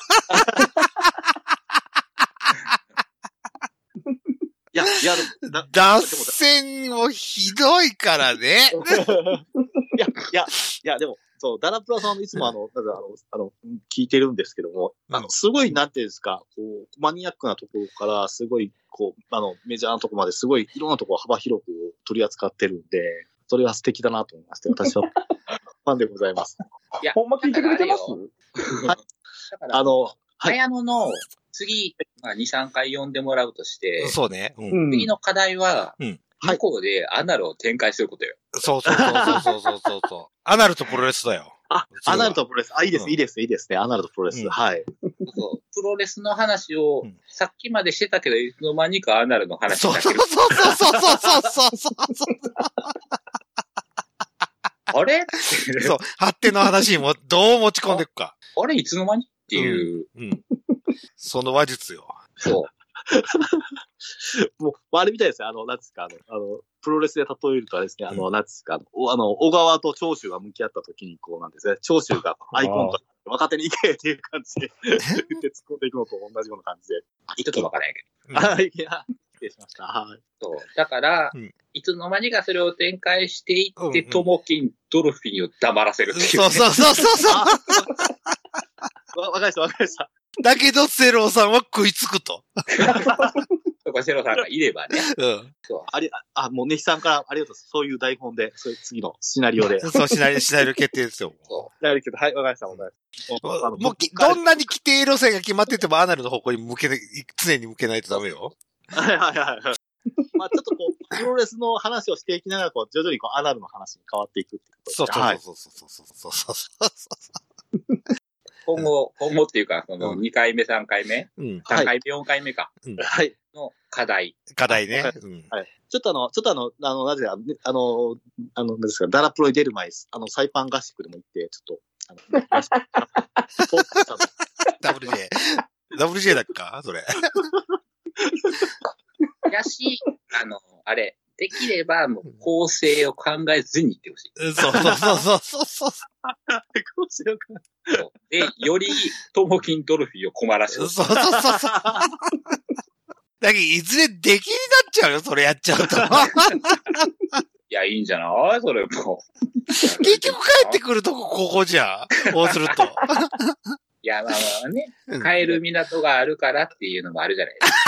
いや、 脱線もひどいからね。 いや、でも、 そう、ダラプラさんいつも聞いてるんですけども、すごい、なんていうんですか、こう、マニアックなところから、すごい、こう、メジャーなところまですごい、いろんなところ幅広く取り扱ってるんで、それは素敵だなと思いまして、私は、ファンでございます。 いや、ほんま聞いてくれてます？はい。 だから、綾野の次、まあ、2、3回読んでもらうとして、 そうね。 次の課題は、向こうでアナルを展開することよ。 そう。アナルとプロレスだよ。 アナルとプロレス。いいですね。アナルとプロレス。はい。 そう。プロレスの話を、さっきまでしてたけど、いつの間にかアナルの話だけど。 そう。 あれそう。発展の話にもどう持ち込んでいくか。 あれいつの間にっていう。 その話術よ。 そう。 もう、あれみたいですよ。なんですか、プロレスで例えるとですね、なんですか、小川と長州が向き合った時に、こうなんですね、長州がアイコンと若手に行けっていう感じで、言って突っ込んでいくのと同じような感じで。 ちょっとわからないけど。いや、失礼しました。はい。 そう。だから、いつの間にかそれを展開していって、トモキン、ドルフィンを黙らせるっていう、 そう。 わかりました。 だけど、セローさんは食いつくと。 とか、セロさんがいればね。 そう。もう、ネヒさんからありがとうございます。そういう台本で、そういう次のシナリオで。 そう、シナリオ決定ですよ。 そう。はい、わかりました。 もう、どんなに規定路線が決まってても、アナルの方向に常に向けないとダメよ。 はい。まあ、ちょっとこう、プロレスの話をしていきながら、こう、徐々にこう、アナルの話に変わっていくってことですね。 そう。 今後っていうか、その2回目、3回目 ?3 回目、4回目か。 はい。 の課題。 ね。 はい。ちょっとなぜか、なんですか、ダラプロに出る前です。サイパン合宿でも行って、ちょっと、 WJ だっかそれ。 やし、あれ、できれば、もう、構成を考えずに行ってほしい。 そう。構成を考え。で、より、トモキンドルフィンを困らせる。 そう。だけど、いずれ出来になっちゃうよ、それやっちゃうと。 いや、いいんじゃないそれも。 結局帰ってくるとここじゃん。こうすると。 いや、まあね、帰る港があるからっていうのもあるじゃないですか。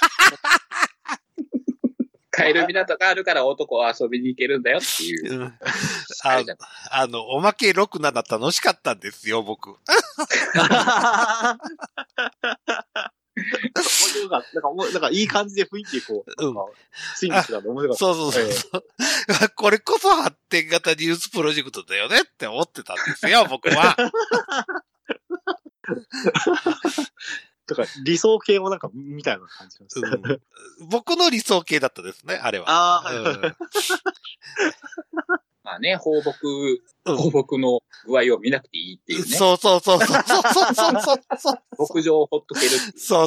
帰る港があるから男は遊びに行けるんだよっていう。 おまけ6、7楽しかったんですよ、僕。 なんかいい感じで雰囲気こう、スイングしてたんで面白かった。 そう。これこそ発展型ニュースプロジェクトだよねって思ってたんですよ、僕は。 とか、理想系もなんか、みたいな感じです、 僕の理想系だったですね、あれは。 まあね、放牧の具合を見なくていいっていうね。 そう。 牧場をほっとける。 そう。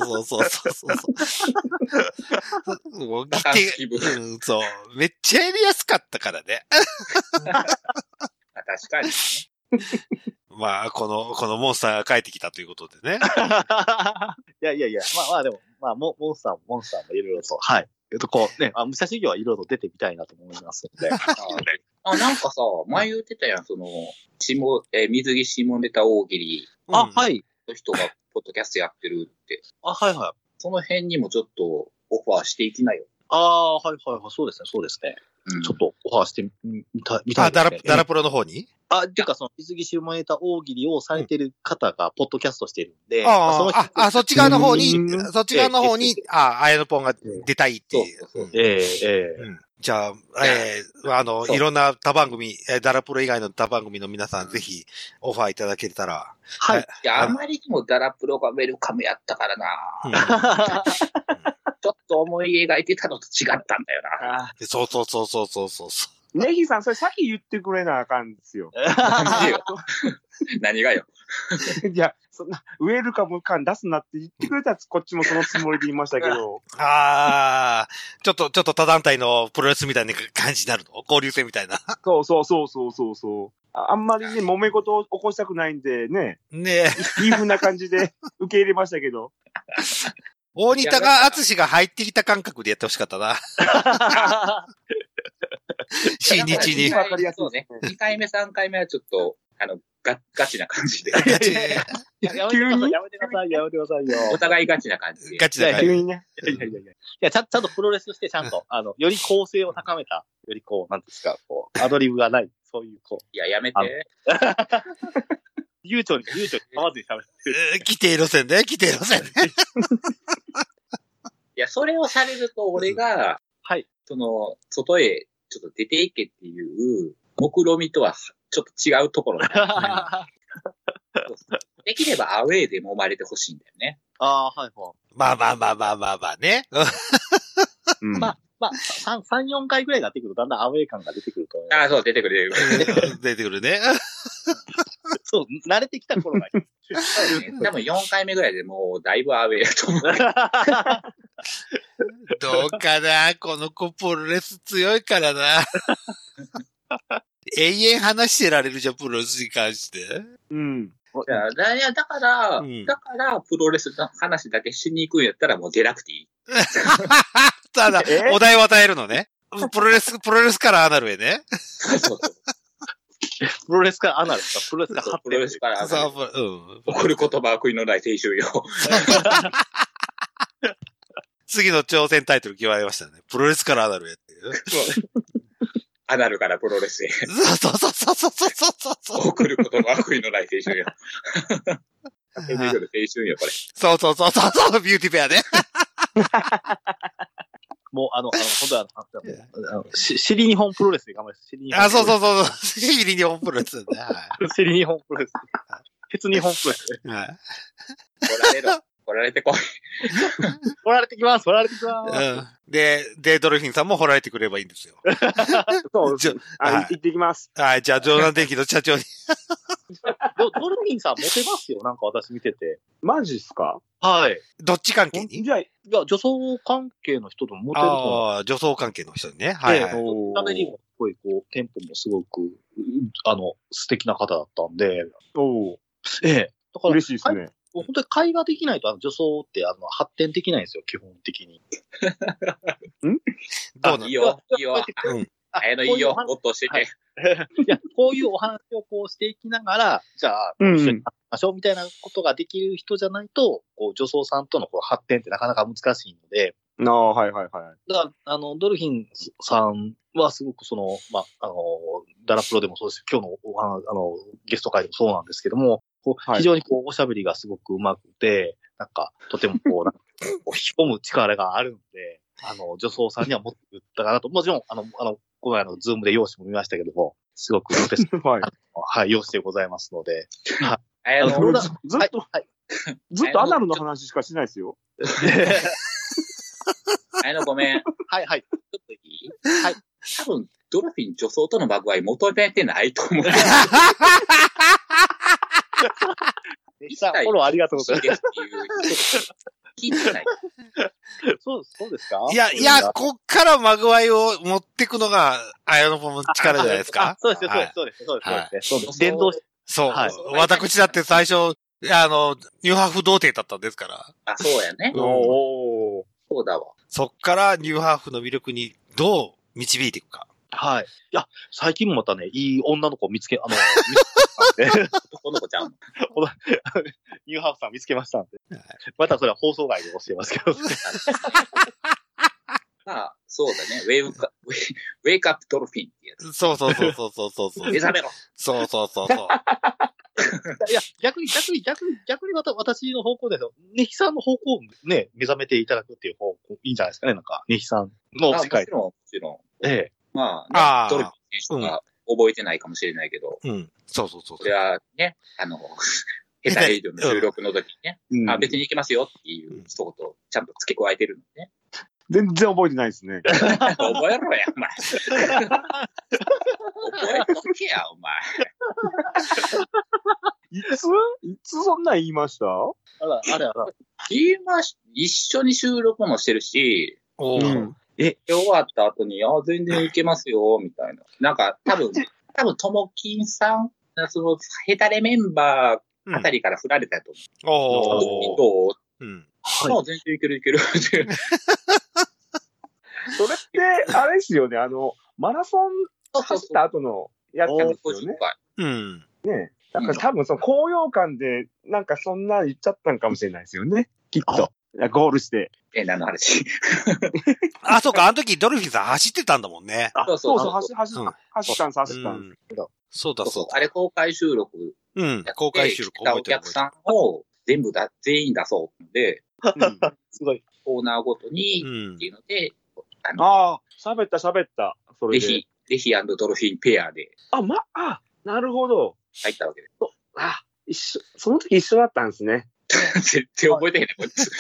そう。めっちゃやりやすかったからね。 確かにね。 まあ、このモンスターが帰ってきたということでね。 いや。まあでも、モンスターもいろいろと、はい。こうね、武者修行はいろいろと出てみたいなと思いますので。 なんかさ、前言ってたやん、その、水着下ネタ大喜利。 はい。 の人が、ポッドキャストやってるって。 はい。 その辺にもちょっと、オファーしていきなよ。 はい。そうですね。ちょっとオファーしてみたいですね。 ダラプロの方にてかその、水着下ネタ大喜利をされてる方が、ポッドキャストしてるんで。 そっち側の方に、あやのぽんが出たいっていう。じゃあ、いろんな他番組、ダラプロ以外の他番組の皆さん、ぜひ、オファーいただけたら。 はい。 いや、あまりにもダラプロがウェルカムやったからな。ちょっと思い描いてたのと違ったんだよな。 そう。 ネギさん、それさっき言ってくれなあかんですよ。 何がよ。 いや、そんな、ウェルカム感出すなって言ってくれたら、こっちもそのつもりで言いましたけど。 ちょっと他団体のプロレスみたいな感じになるの？交流戦みたいな。 そう。あんまりね、揉め事を起こしたくないんでね。いい風な感じで受け入れましたけど。 大仁田が、淳が入ってきた感覚でやってほしかったな。 新日に。 わかりやすいね。2回目、3回目はちょっと、ガチな感じで。ガチで。 やめてくださいよ。 お互いガチな感じで。 ガチな感じ。 急にね。 いや、ちゃんとプロレスして、ちゃんと、より構成を高めた、よりなんですか、アドリブがない、そういう、 いや、やめて。 悠長に噛まずに喋ってる。 規定路線ね。いや、それをされると、俺が、 はい。 外へちょっと出ていけっていう、目論みとは、ちょっと違うところになる。できればアウェーで揉まれてほしいんだよね。 ああ、はいはい。 まあね。 まあ、3、4回ぐらいになってくるとだんだんアウェー感が出てくると思う。 ああ、そう、出てくる。 出てくるね。 そう、慣れてきた頃がいい。 多分4回目ぐらいでもうだいぶアウェーだと思う。 どうかな、この子プロレス強いからな。永遠話してられるじゃん、プロレスに関して。 うん。 いや、だから、プロレスの話だけしに行くんやったらもう出なくていい。 ただ、お題を与えるのね。プロレスからアナルへね。 そうプロレスからアナルか、プロレスから発展。 プロレスからアナル。送る言葉は悔いのない青春よ。 次の挑戦タイトル決まりましたね。プロレスからアナルへっていう。 アナルからプロレスへ。 そう。 送る言葉は悔いのない青春よ。青春よ、これ。 そう、ビューティペアね。 もう、本当尻日本プロレスで頑張ります。 あ、そう。尻日本プロレスね。 尻日本プロレス。ケツ日本プロレス。 はい。 掘られてこい。掘られてきます。うん。 で、ドルフィンさんも掘られてくればいいんですよ。 そう。行ってきます。 はい、じゃあ、冗談電気の社長に。 ドルフィンさんモテますよ、なんか私見てて。 マジっすか？ はい。 どっち関係に？ いや、女装関係の人ともモテると思う。 ああ、女装関係の人にね。はい。 ためにも、すごい、テンポもすごく、素敵な方だったんで。だから嬉しいですね。 本当に会話できないと、女装って、発展できないんですよ、基本的に。 どうなん？ いいよ。いいよ、もっと教えて。 いや、こういうお話をしていきながら、じゃあ、一緒にやりましょうみたいなことができる人じゃないと、女装さんとの発展ってなかなか難しいので。 はい。だから、ドルフィンさんはすごくダラプロでもそうですし、今日のゲスト会でもそうなんですけども、非常におしゃべりがすごくうまくて、なんか、とても引き込む力があるので、女装さんには持って言ったかなと。もちろん、今回ズームで用紙も見ましたけども、すごくベスト、はい、用紙でございますので。 ずっとアナルの話しかしないですよ。 ごめん。はい。ちょっといい？はい。多分、ドルフィン女装とのバグは求めてないと思う。 フォローありがとうございます。 聞いてない。 そうですか？ いや、こっからマグワイを持ってくのが、綾野ポンの力じゃないですか？ そうです。連動して。 そう。私だって最初、ニューハーフ童貞だったんですから。 あ、そうやね。そうだわ。 そっからニューハーフの魅力にどう導いていくか。 はい。いや、最近もまたね、いい女の子を見つけ、 男の子ちゃん。 ニューハーフさん見つけましたんで。またそれは放送外で教えますけど。 まあ、そうだね。ウェイクアップドルフィンってやつ。 そう。 目覚めろ。 そう。 いや、逆に私の方向ですよ。ネヒさんの方向をね、目覚めていただくっていう方向、いいんじゃないですかね、なんか、ネヒさんの世界。 もちろん。 ええ。 まあ、ドルフィン選手が覚えてないかもしれないけど。 そう。 それはね、ヘタレイドの収録の時にね、別に行けますよっていう一言をちゃんと付け加えてるのね。 全然覚えてないですね。 覚えろや、お前。覚えとけや、お前。 いつそんなん言いました？ あら。 言いまし、一緒に収録もしてるし、終わった後に、全然いけますよ、みたいな。なんか、多分、ともきんさん、ヘタレメンバーあたりから振られたと思う。全然いける。 それって、あれですよね、 マラソン走った後のやつですよね。 うん。 ねだから多分その高揚感で、なんかそんな言っちゃったんかもしれないですよね。きっと。ゴールして。 何の話あ、そうか、あの時ドルフィンさん走ってたんだもんね。 そう、走ったんです。 そうだ。 あれ公開収録。 うん、公開収録。 お客さんを全員出そうで、 すごい。 コーナーごとに、っていうので、 喋った。それで。 レヒ&ドルフィンペアで。 なるほど。 入ったわけです。 その時一緒だったんですね。 絶対覚えてへんね、こいつ。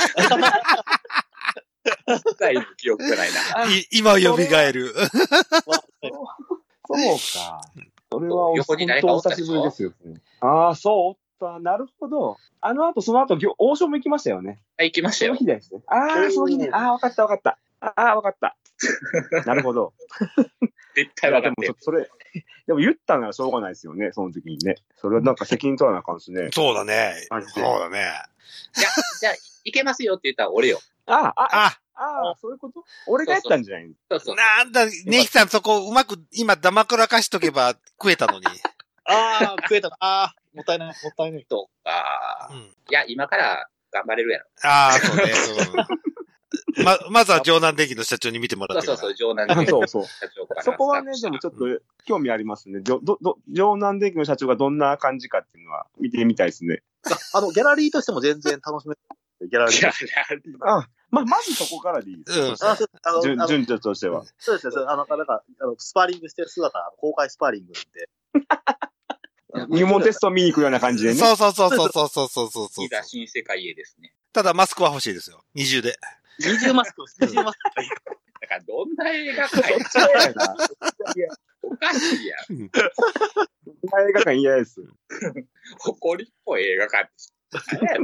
大の記憶がないな。 今蘇る。 そうか。それは横に誰かおったでしょ。 久しぶりですよ。そうか。なるほど。その後、王将も行きましたよね。 行きましたよ。 その日ですね。その日ね。わかった。わかった。なるほど。 絶対わかってる。 でも言ったならしょうがないですよね、その時にね。それはなんか責任取らなあかんですね。 そうだね。じゃあ、いけますよって言ったら俺よ。 そういうこと？俺がやったんじゃないの？ そう。 なんだ、ネヒさんそこうまく今ダマくらかしとけば食えたのに。 食えた。もったいない。 とか。いや、今から頑張れるやろ。 そうね。まずは城南電機の社長に見てもらってから。 そう、城南電機の社長から。 そこはね、でもちょっと興味ありますね。城南電機の社長がどんな感じかっていうのは見てみたいですね。 ギャラリーとしても全然楽しめる。ギャラリー。まずそこからでいいです。順序としては。そうですね。スパーリングしてる姿、公開スパーリングで。入門テスト見に行くような感じでね。 そう。 いざ新世界へですね。 ただマスクは欲しいですよ。二重で。 二重マスク。 だからどんな映画館おかしいやん。 そんな映画館嫌です。 誇りっぽい映画館何やねん。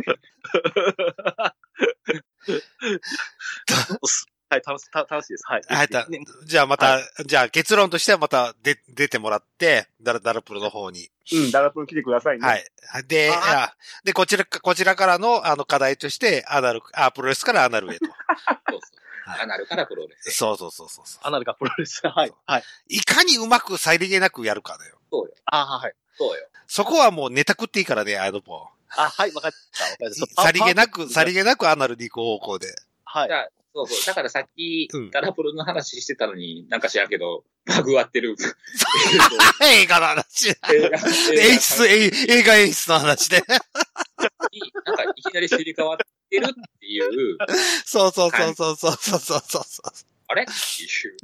はい、楽しいです。はい。 じゃあまた、じゃあ結論としてはまた出てもらって、ダラプロの方に。 ダラプロ来てくださいね。 はい。で、こちらからの課題として、プロレスからアナルへと。 そう。アナルからプロレス。 そう。 アナルからプロレス。はい。 いかにうまくさりげなくやるかだよ。 そうよ。 はい。そうよ。 そこはもうネタ食っていいからね、ポはい、わかった。 さりげなくアナルに行く方向で。 はい。 そう。だからさっき、ダラプロの話してたのに、なんか知らんけど、バグ割ってる。 映画の話。映画演出の話で。 なんかいきなりすり替わってるっていう。 そう。あれっていう。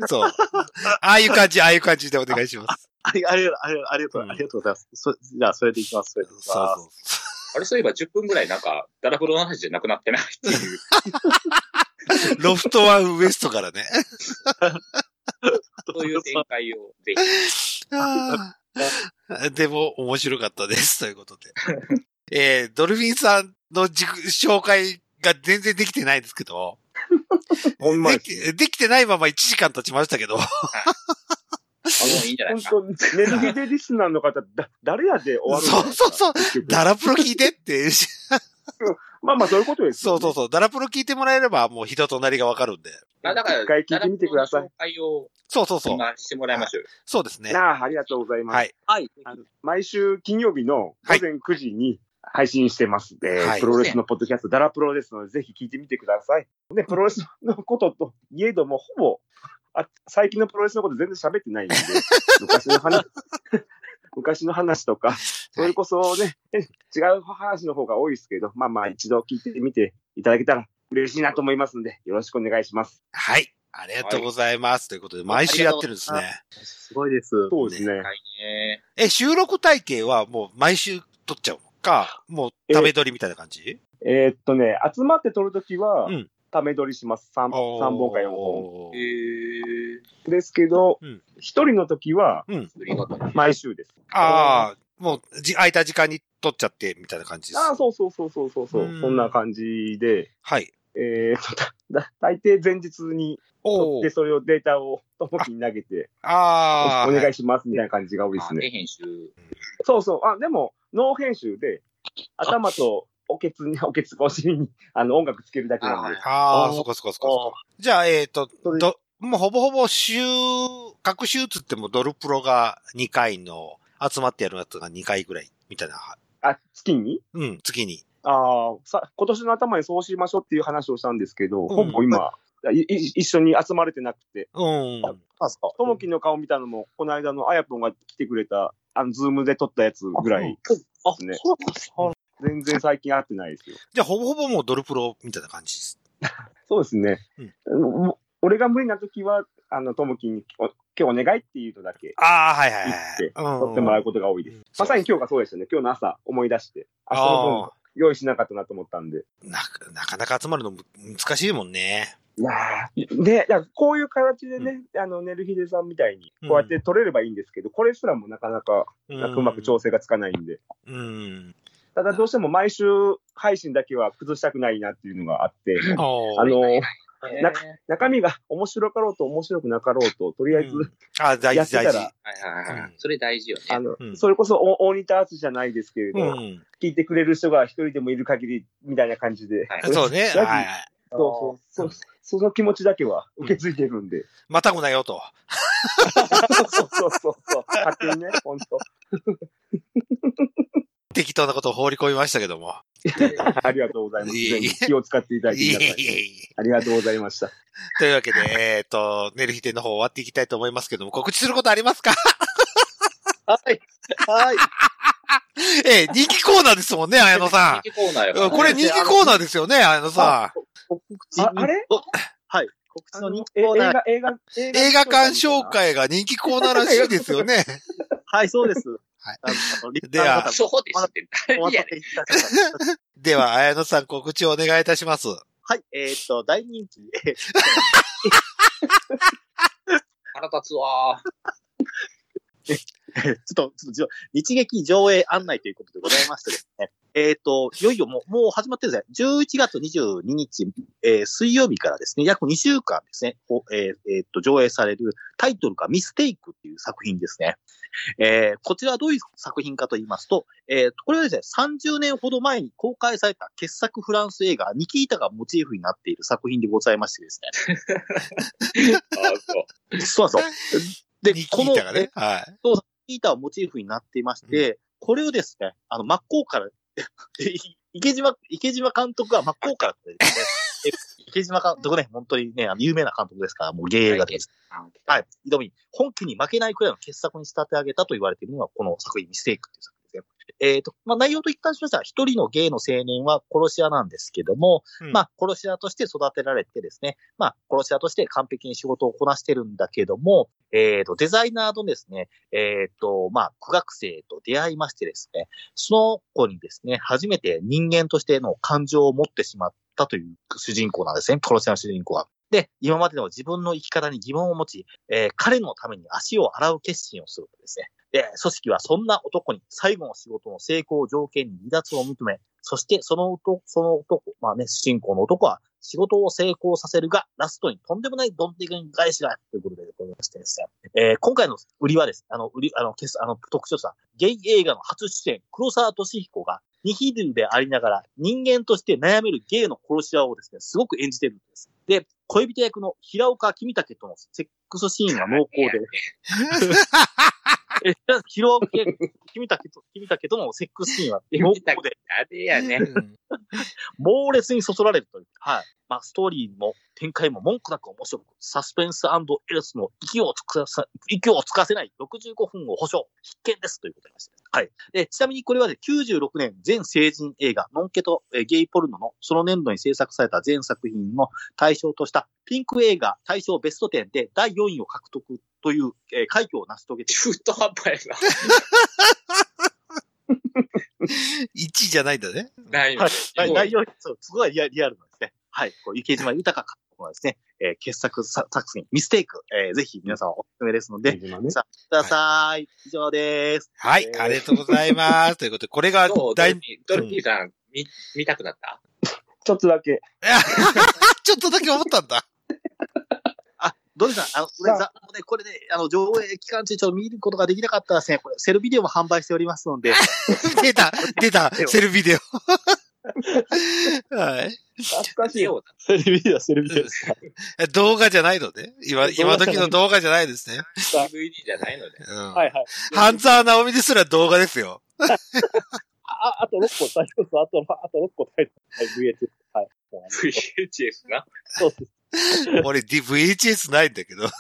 そう。ああいう感じでお願いします。 ありがとうございます。じゃあ、それでいきます。 そういえば10分ぐらいなんか、ダラプロの話じゃなくなってないっていう。 ロフトワンウエストからね。 そういう展開をぜひ。でも面白かったです。ということで。ドルフィンさんの紹介が全然できてないですけど。できてないまま1時間経ちましたけど。 いいんじゃないですか。 本当ネルギでリスナーの方、誰やで終わるんですか？ そう。ダラプロ聞いてって。 まあそういうことですよね。 そう。ダラプロ聞いてもらえればもう人となりがわかるんで。 だから、 一回聞いてみてください。 紹介を。 そう。 今してもらいましょう。 そうですね。 ありがとうございます。 はい。 毎週金曜日の午前9時に配信してます。プロレスのポッドキャスト、ダラプロですので、ぜひ聞いてみてください。で、プロレスのことといえども、ほぼ、最近のプロレスのこと全然喋ってないんで、昔の話とか、それこそね、違う話の方が多いですけど、一度聞いてみていただけたら嬉しいなと思いますので、よろしくお願いします。 はい。ありがとうございます。ということで、毎週やってるんですね。 すごいです。 そうですね。収録体系はもう毎週撮っちゃうのか、もうため撮りみたいな感じ？ 集まって撮るときは、ため撮りします。3本か4本。ですけど、一人の時は、毎週です。 もう、空いた時間に撮っちゃって、みたいな感じです。 そう。そんな感じで。 はい。 大抵前日に撮って、それをデータをともきに投げて、お願いします、みたいな感じが多いですね。 編集。 そう。でも、ノー編集で、頭と、お尻に、音楽つけるだけなんで。 そこ。じゃあ、 もうほぼほぼ各週つってもドルプロが2回の、集まってやるやつが2回ぐらい、みたいな。 月に？ うん、月に。 今年の頭にそうしましょうっていう話をしたんですけど、ほぼ今、一緒に集まれてなくて。ともきの顔見たのも、この間のあやぽんが来てくれた、ズームで撮ったやつぐらいですね。全然最近会ってないですよ。 じゃあ、ほぼほぼもうドルプロみたいな感じです。 そうですね。俺が無理な時は、ともきに、今日お願いっていうのだけ。 はい。 言って、撮ってもらうことが多いです。まさに今日がそうでしたね。今日の朝思い出して。明日の分用意しなかったなと思ったんで。 なかなか集まるの難しいもんね。 いやで、こういう形でね、ねるひでさんみたいに、こうやって撮れればいいんですけど、これすらもなかなか、うまく調整がつかないんで。ただどうしても毎週配信だけは崩したくないなっていうのがあって、中身が面白かろうと面白くなかろうと、とりあえず、やってたら、 それ大事よね。それこそ大仁田厚じゃないですけれど、聞いてくれる人が一人でもいる限り、みたいな感じで。 そうね。 その気持ちだけは受け継いでるんで。 またごないよと。 そう。勝手にね、ほんと。 適当なことを放り込みましたけども。 ありがとうございます。気を使っていただいてありがとうございました。 というわけで、ねるひでの方終わっていきたいと思いますけども、告知することありますか？ はい。 人気コーナーですもんね、綾野さん。 人気コーナーよ。 これ人気コーナーですよね、綾野さん。 告知あれはい。告知の人気コーナー。 映画館紹介が人気コーナーらしいですよね。 はい、そうです。 はい。 では、綾野さん告知をお願いいたします。 はい、大人気。 腹立つわちょっと、日劇上映案内ということでございましてですね。いよいよもう始まってるんですね。11月22日、水曜日からですね、約2週間ですね、上映されるタイトルがミステイクっていう作品ですね。こちらはどういう作品かと言いますと、これはですね、30年ほど前に公開された傑作フランス映画、ニキータがモチーフになっている作品でございましてですね。そう。 で、この、ね、はい。 そう、ニキータをモチーフになっていまして、これをですね、真っ向から、池島監督は真っ向からですね、池島監督ね、本当にね、有名な監督ですから、もう芸映画です。はい。挑み、本気に負けないくらいの傑作に仕立て上げたと言われているのが、この作品、ミステイクという作品ですね。内容と一貫しましては、一人のゲイの青年は殺し屋なんですけども、殺し屋として育てられてですね、殺し屋として完璧に仕事をこなしてるんだけども、デザイナーのですね、苦学生と出会いましてですね、その子にですね、初めて人間としての感情を持ってしまったという主人公なんですね、殺し屋の主人公は。で、今までの自分の生き方に疑問を持ち、彼のために足を洗う決心をするとですね、で、組織はそんな男に最後の仕事の成功を条件に離脱を認め、そしてその男、主人公の男は仕事を成功させるが、ラストにとんでもないドンテキ返しがあるということでございましてですね。今回の売りはですね、特徴さ、ゲイ映画の初出演、黒沢俊彦がニヒルでありながら人間として悩めるゲイの殺し屋をですね、すごく演じてるんです。で、恋人役の平岡君武とのセックスシーンが濃厚で、広岡君武とのセックスシーンは濃厚で、猛烈にそそられるという。はい。ストーリーも展開も文句なく面白く、サスペンス&エルスの息をつかせない65分を保証、必見ですということでございました。はい。で、ちなみにこれはね、96年全成人映画、ノンケとゲイポルノのその年度に制作された全作品の対象としたピンク映画大賞ベスト10で第4位を獲得という、快挙を成し遂げている。 中途半端やな。 1位じゃないんだね。 内容、そう、すごいリアルなんですね。はい。池島豊監督のですね、傑作作品、ミステイク、ぜひ皆さんおすすめですので、さあ、ください。以上です。 はい、ありがとうございます。ということで、これがドルピーさん、見たくなった？ ちょっとだけ。 ちょっとだけ思ったんだ。 ドルさん、これね、上映期間中見ることができなかったらですね、これ、セルビデオも販売しておりますので。 出た、セルビデオ。 はい。 懐かしい。 セレビですか。 動画じゃないのね。今時の動画じゃないですね。 DVD じゃないので。 はいはい。 半沢直美ですら動画ですよ。 あと6個、最初あと6個書いてある。VHS。はい。 VHS な。 そうです。 俺 VHS ないんだけど。はい。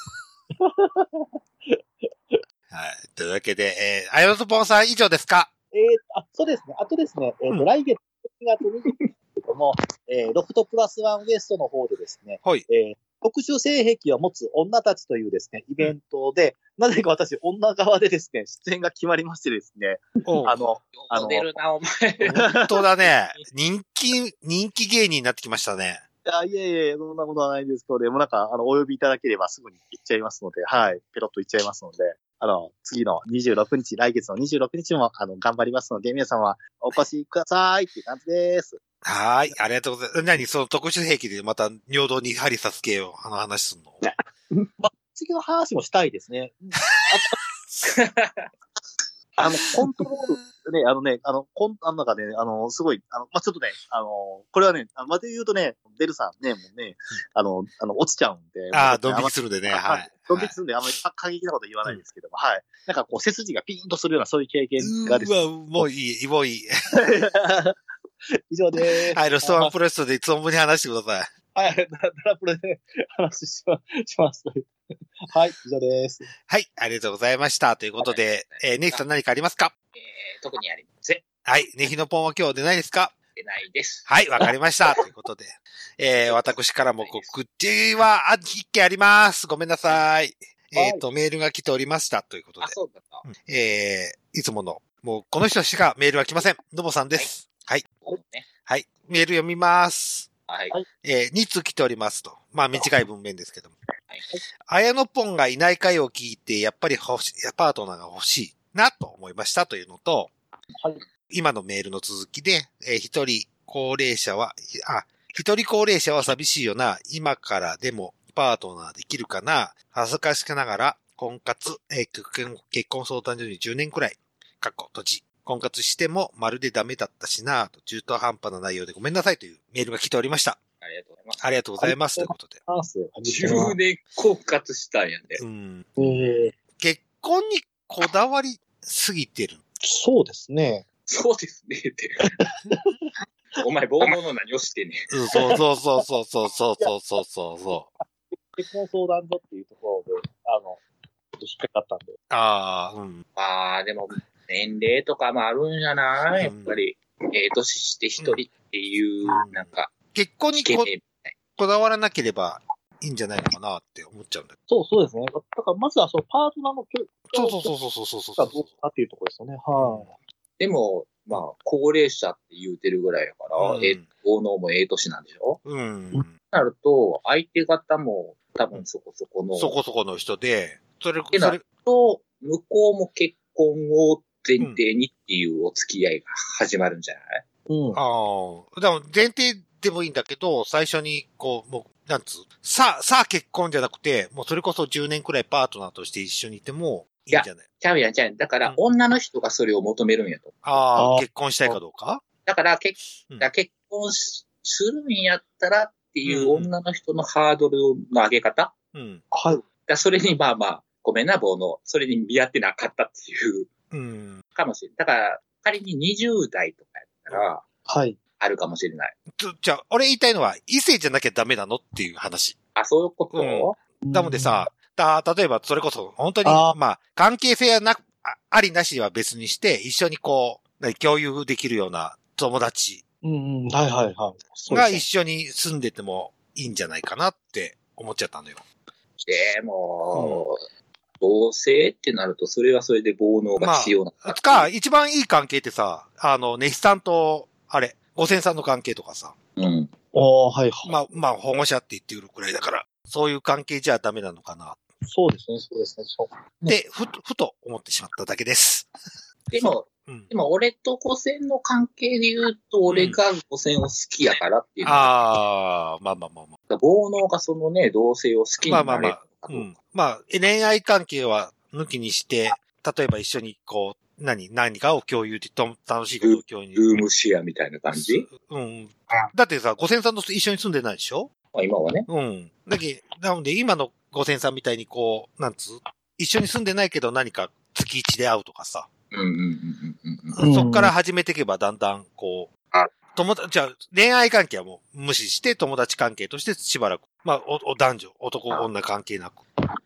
というわけで、あやとぽんさん以上ですか？ そうですね。あとですね、来月9月20日ですけども、ロフトプラスワンウエストの方でですね、 はい。 特殊性癖を持つ女たちというですね、イベントで、なぜか私、女側でですね、出演が決まりましてですね、 出るな、お前。 本当だね。人気芸人になってきましたね。 いえ、そんなことはないんですけど、でもなんか、お呼びいただければすぐに行っちゃいますので、はい、ペロッと行っちゃいますので、次の26日、来月の26日も、頑張りますので、皆様お越しくださいっていう感じです。 はい、ありがとうございます。何その特殊兵器でまた尿道に針刺す系を話すんの？ 次の話もしたいですね。コントロールね、なんかね、すごい、ちょっとね、これはね、まで言うとね、デルさんね、もうね、落ちちゃうんで。 ドン引きするんでね、はい。 ドン引きするんで、あんまり過激なこと言わないですけども、はい。なんかこう、背筋がピーンとするような、そういう経験がですね。 もういい。 以上でーす。 はい、ロストワンプレストでいつもに話してください。 はい、ダラプレで話します。はい、以上です。 はい、ありがとうございました。ということで、ネヒさん何かありますか？ 特にありません。 はい、ネヒのポンは今日出ないですか？ 出ないです。 はい、わかりました。ということで、私からも告知は一件あります。ごめんなさい。メールが来ておりましたということで。 そうだった。 いつもの、もうこの人しかメールは来ません。のぼさんです。はい。はい。メール読みます。 はい。 2通来ておりますと。まあ短い文面ですけども。はい。あやのぽんがいない回を聞いて、やっぱりパートナーが欲しいなと思いましたというのと、はい。今のメールの続きで、一人高齢者は寂しいよな。今からでもパートナーできるかな。恥ずかしくながら、婚活、結婚相談所に10年くらい、閉じ。婚活してもまるでダメだったしなぁと中途半端な内容でごめんなさいというメールが来ておりました。 ありがとうございます。 ありがとうございます。ということで。 10年婚活したんやね。 結婚にこだわりすぎてる。 そうですね。 そうですねって。お前、棒物何をしてね。 そう。 結婚相談所っていうところで、引っかかったんで。 でも、年齢とかもあるんやな、やっぱり。年して一人っていう、なんか。 結婚にこだわらなければいいんじゃないのかなって思っちゃうんだけど。そうですね。だから、まずはそのパートナーのそう。 どうかっていうところですよね。はい。 でも、まあ、高齢者って言うてるぐらいやから、豪農も年なんでしょ？なると、相手方も多分そこそこの人で、それと、向こうも結婚を前提にっていうお付き合いが始まるんじゃない？ でも前提でもいいんだけど、最初に、もう、さあ結婚じゃなくて、もうそれこそ10年くらいパートナーとして一緒にいてもいいんじゃない？ ちゃうやん。だから、女の人がそれを求めるんやと。 結婚したいかどうか？ だから、結婚するんやったらっていう女の人のハードルの上げ方？はい。それにごめんな、それに見合ってなかったっていう。かもしれない。だから、仮に20代とかやったら、はい。あるかもしれない。 じゃあ、俺言いたいのは、異性じゃなきゃダメなのっていう話。 そういうこと？ なのでさ、例えばそれこそ、本当に、関係性はありなしは別にして、一緒に共有できるような友達。が一緒に住んでてもいいんじゃないかなって思っちゃったのよ。 でも、同性ってなると、それはそれで煩悩が必要な一番いい関係ってさ、ネヒさんと、五千さんの関係とかさ。保護者って言ってくるくらいだから、そういう関係じゃダメなのかな。 そうですね。 で、ふと思ってしまっただけです。 でも、俺と五千の関係で言うと、俺が五千を好きやからっていう。煩悩がそのね、同性を好きになれる。 恋愛関係は抜きにして、例えば一緒に何かを共有って、楽しいことを共有。 ルームシェアみたいな感じ？ うん。だってさ、5000さんと一緒に住んでないでしょ？ 今はね。 うん。なので、今の5000さんみたいに一緒に住んでないけど何か月1で会うとかさ。そっから始めていけばだんだんじゃあ恋愛関係はもう無視して友達関係としてしばらく、男女、男、女関係なく。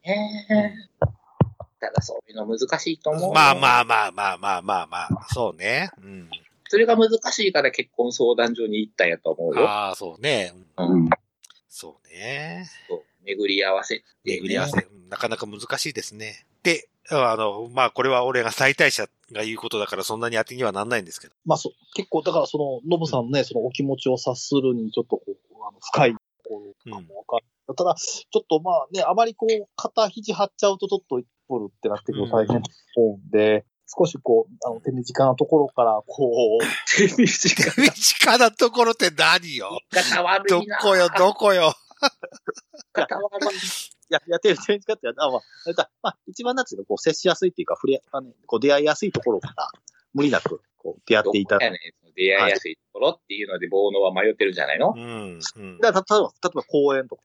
ただそういうの難しいと思う。 まあ、そうね。うん。 それが難しいから結婚相談所に行ったんやと思うよ。 ああ、そうね。そうね。 巡り合わせ、 なかなか難しいですね。で、これは俺が最大者が言うことだからそんなに当てにはなんないんですけど。 結構、だからノブさんのね、そのお気持ちを察するにちょっと深いところかもわかる。ただ、ちょっとあまり肩肘張っちゃうとちょっと一歩ってなってくると大変と思うんで、少し手短なところから、 手短なところって何よ？どこよ。 肩悪い。手短って一番なんていうの、接しやすいっていうか、出会いやすいところから無理なく、出会っていただく。 出会いやすいところっていうので、煩悩は迷ってるんじゃないの？ だから例えば公園とか。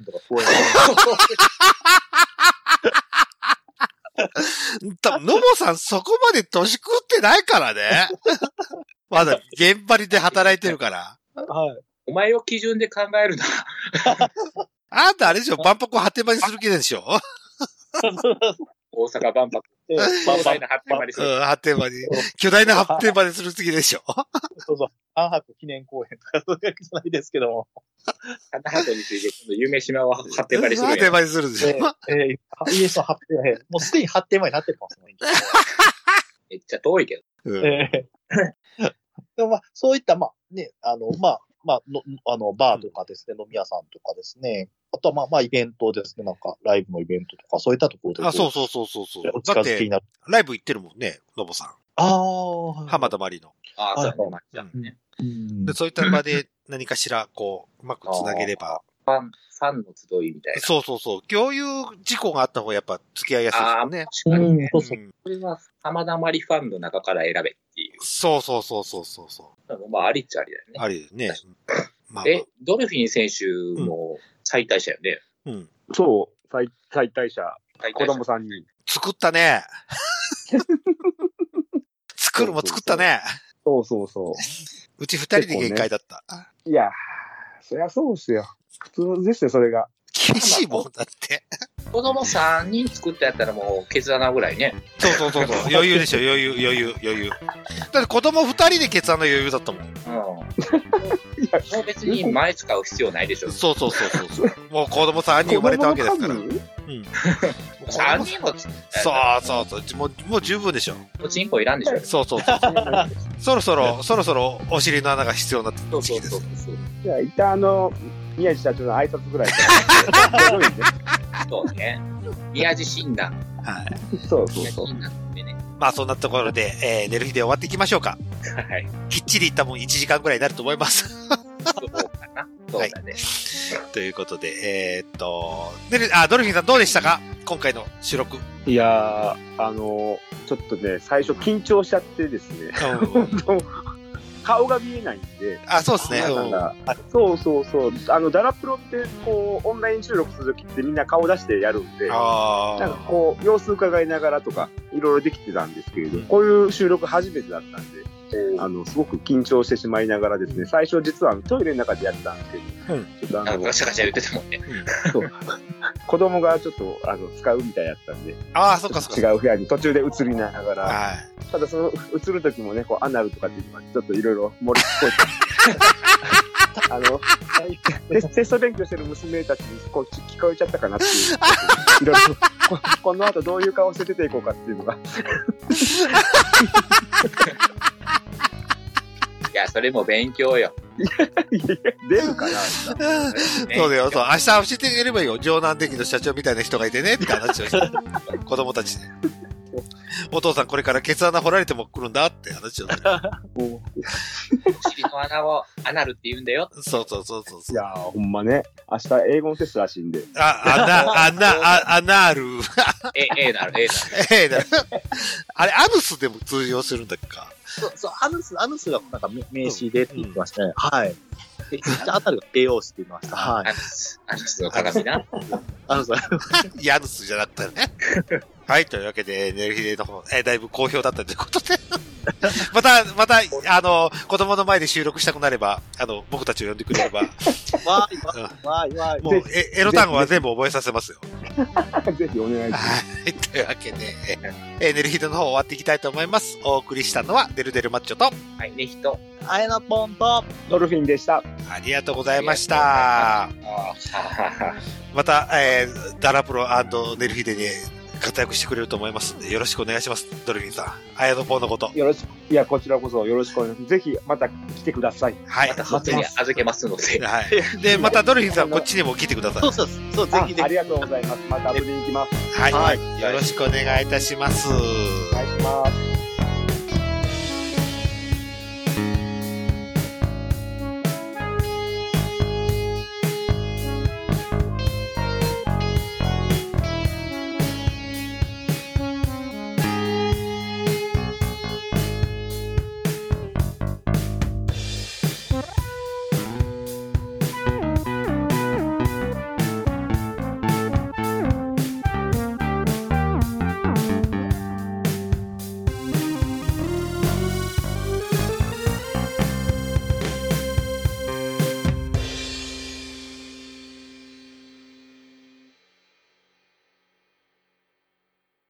多分、ノボさんそこまで年食ってないからね。まだ現場で働いてるから。 はい。 お前を基準で考えるな。 あんたあれでしょ、万博を発展場にする気でしょ？ 大阪万博。巨大な発展場にする。 発展場に。巨大な発展場にする気でしょ？ そう。万博記念公園とか、そういうわけじゃないですけども。 花博について、今度夢島を発展場にする。 発展場にするでしょ？ イエスの発展場、もうすでに発展場になってるかもしれない。 めっちゃ遠いけど。 でもそういった、バーとかですね、飲み屋さんとかですね。あとはイベントですね、なんか、ライブのイベントとか、そういったところで。 そう。お近づきになる。ライブ行ってるもんね、ノボさん。浜田まりの。 そうなんね。 で、そういった場で何かしら、うまくつなげれば。 ファンの集いみたいな。 そう。共有事項があった方がやっぱ付き合いやすいですよね。 確かにね。これは浜田まりファンの中から選べっていう。 そう。 ありっちゃありだよね。 ありですね。ドルフィン選手も最大者よね。 そう、最大者。子供さんに。 作ったね。作ったね。 そう。 うち2人で限界だった。 いや、そりゃそうですよ。普通ですよ、それが。 厳しいもんだって。 子供3人作ったやったらもうケツ穴ぐらいね。 そう。余裕でしょ、余裕。だって子供2人でケツ穴余裕だったもん。 もう別に前使う必要ないでしょ。 そう。もう子供3人生まれたわけですから。 3人も作ったそう。もう十分でしょ。 おちんこいらんでしょ。 そう。そろそろお尻の穴が必要になってくる時期です。 じゃあ、一旦宮地社長の挨拶ぐらいから。 そうね。宮地診断。 はい。 そう。 そんなところで、寝る日で終わっていきましょうか。 はい。 きっちりいったもん1時間ぐらいになると思います。 そうかな。そうだね。 ということで、ドルフィンさんどうでしたか？今回の収録。 いやー、ちょっとね、最初緊張しちゃってですね。顔が見えないんで。 そうですね。 そう。ダラプロって、オンライン収録するときってみんな顔出してやるんで、なんか様子伺いながらとか、いろいろできてたんですけれど、こういう収録初めてだったんで、すごく緊張してしまいながらですね、最初実はトイレの中でやってたんですけど、 ガシャガシャ言ってたもんね。 そう。子供がちょっと、使うみたいやったんで、 そっか。 違う部屋に途中で映りながら、ただその映る時もね、アナルとかっていうのはちょっといろいろ漏れ聞こえて、テスト勉強してる娘たちに聞こえちゃったかなっていう、いろいろ、この後どういう顔して出ていこうかっていうのが。 いや、それも勉強よ。 出るかなそうだよ、そう。明日教えてあげればいいよ。城南電機の社長みたいな人がいてね、って話をして。子供たちで。お父さんこれからケツ穴掘られても来るんだって話をして。 お尻のの穴をアナルって言うんだよ。 そう。 いやー、ほんまね。明日英語のテストらしいんで。 アナル。 A なる。 あれ、アヌスでも通用するんだっけか。 そう、アヌスがなんか名詞でって言ってましたね。はい。あたりが AO って言ってました。はい。 アヌスの鏡な。 アヌスじゃなくてね。はい、というわけで、ネルヒデの方、だいぶ好評だったということで。また、子供の前で収録したくなれば、僕たちを呼んでくれれば。 わーい。 もう、エロ単語は全部覚えさせますよ。 ぜひお願いします。 はい。というわけで、ネルヒデの方終わっていきたいと思います。お送りしたのは、デルデルマッチョと、 はい、ネヒと、 あやなぽんと、 ドルフィンでした。 ありがとうございました。また、ダラプロ&ネルヒデに活躍してくれると思いますので、よろしくお願いします。ドルフィンさん。あやのぽんのこと。 いや、こちらこそよろしくお願いします。ぜひ、また来てください。 はい。 またそっちに預けますので。 はい。で、またドルフィンさん、こっちにも来てください。 そう、ぜひ。 ありがとうございます。また遊びに行きます。 はい。よろしくお願いいたします。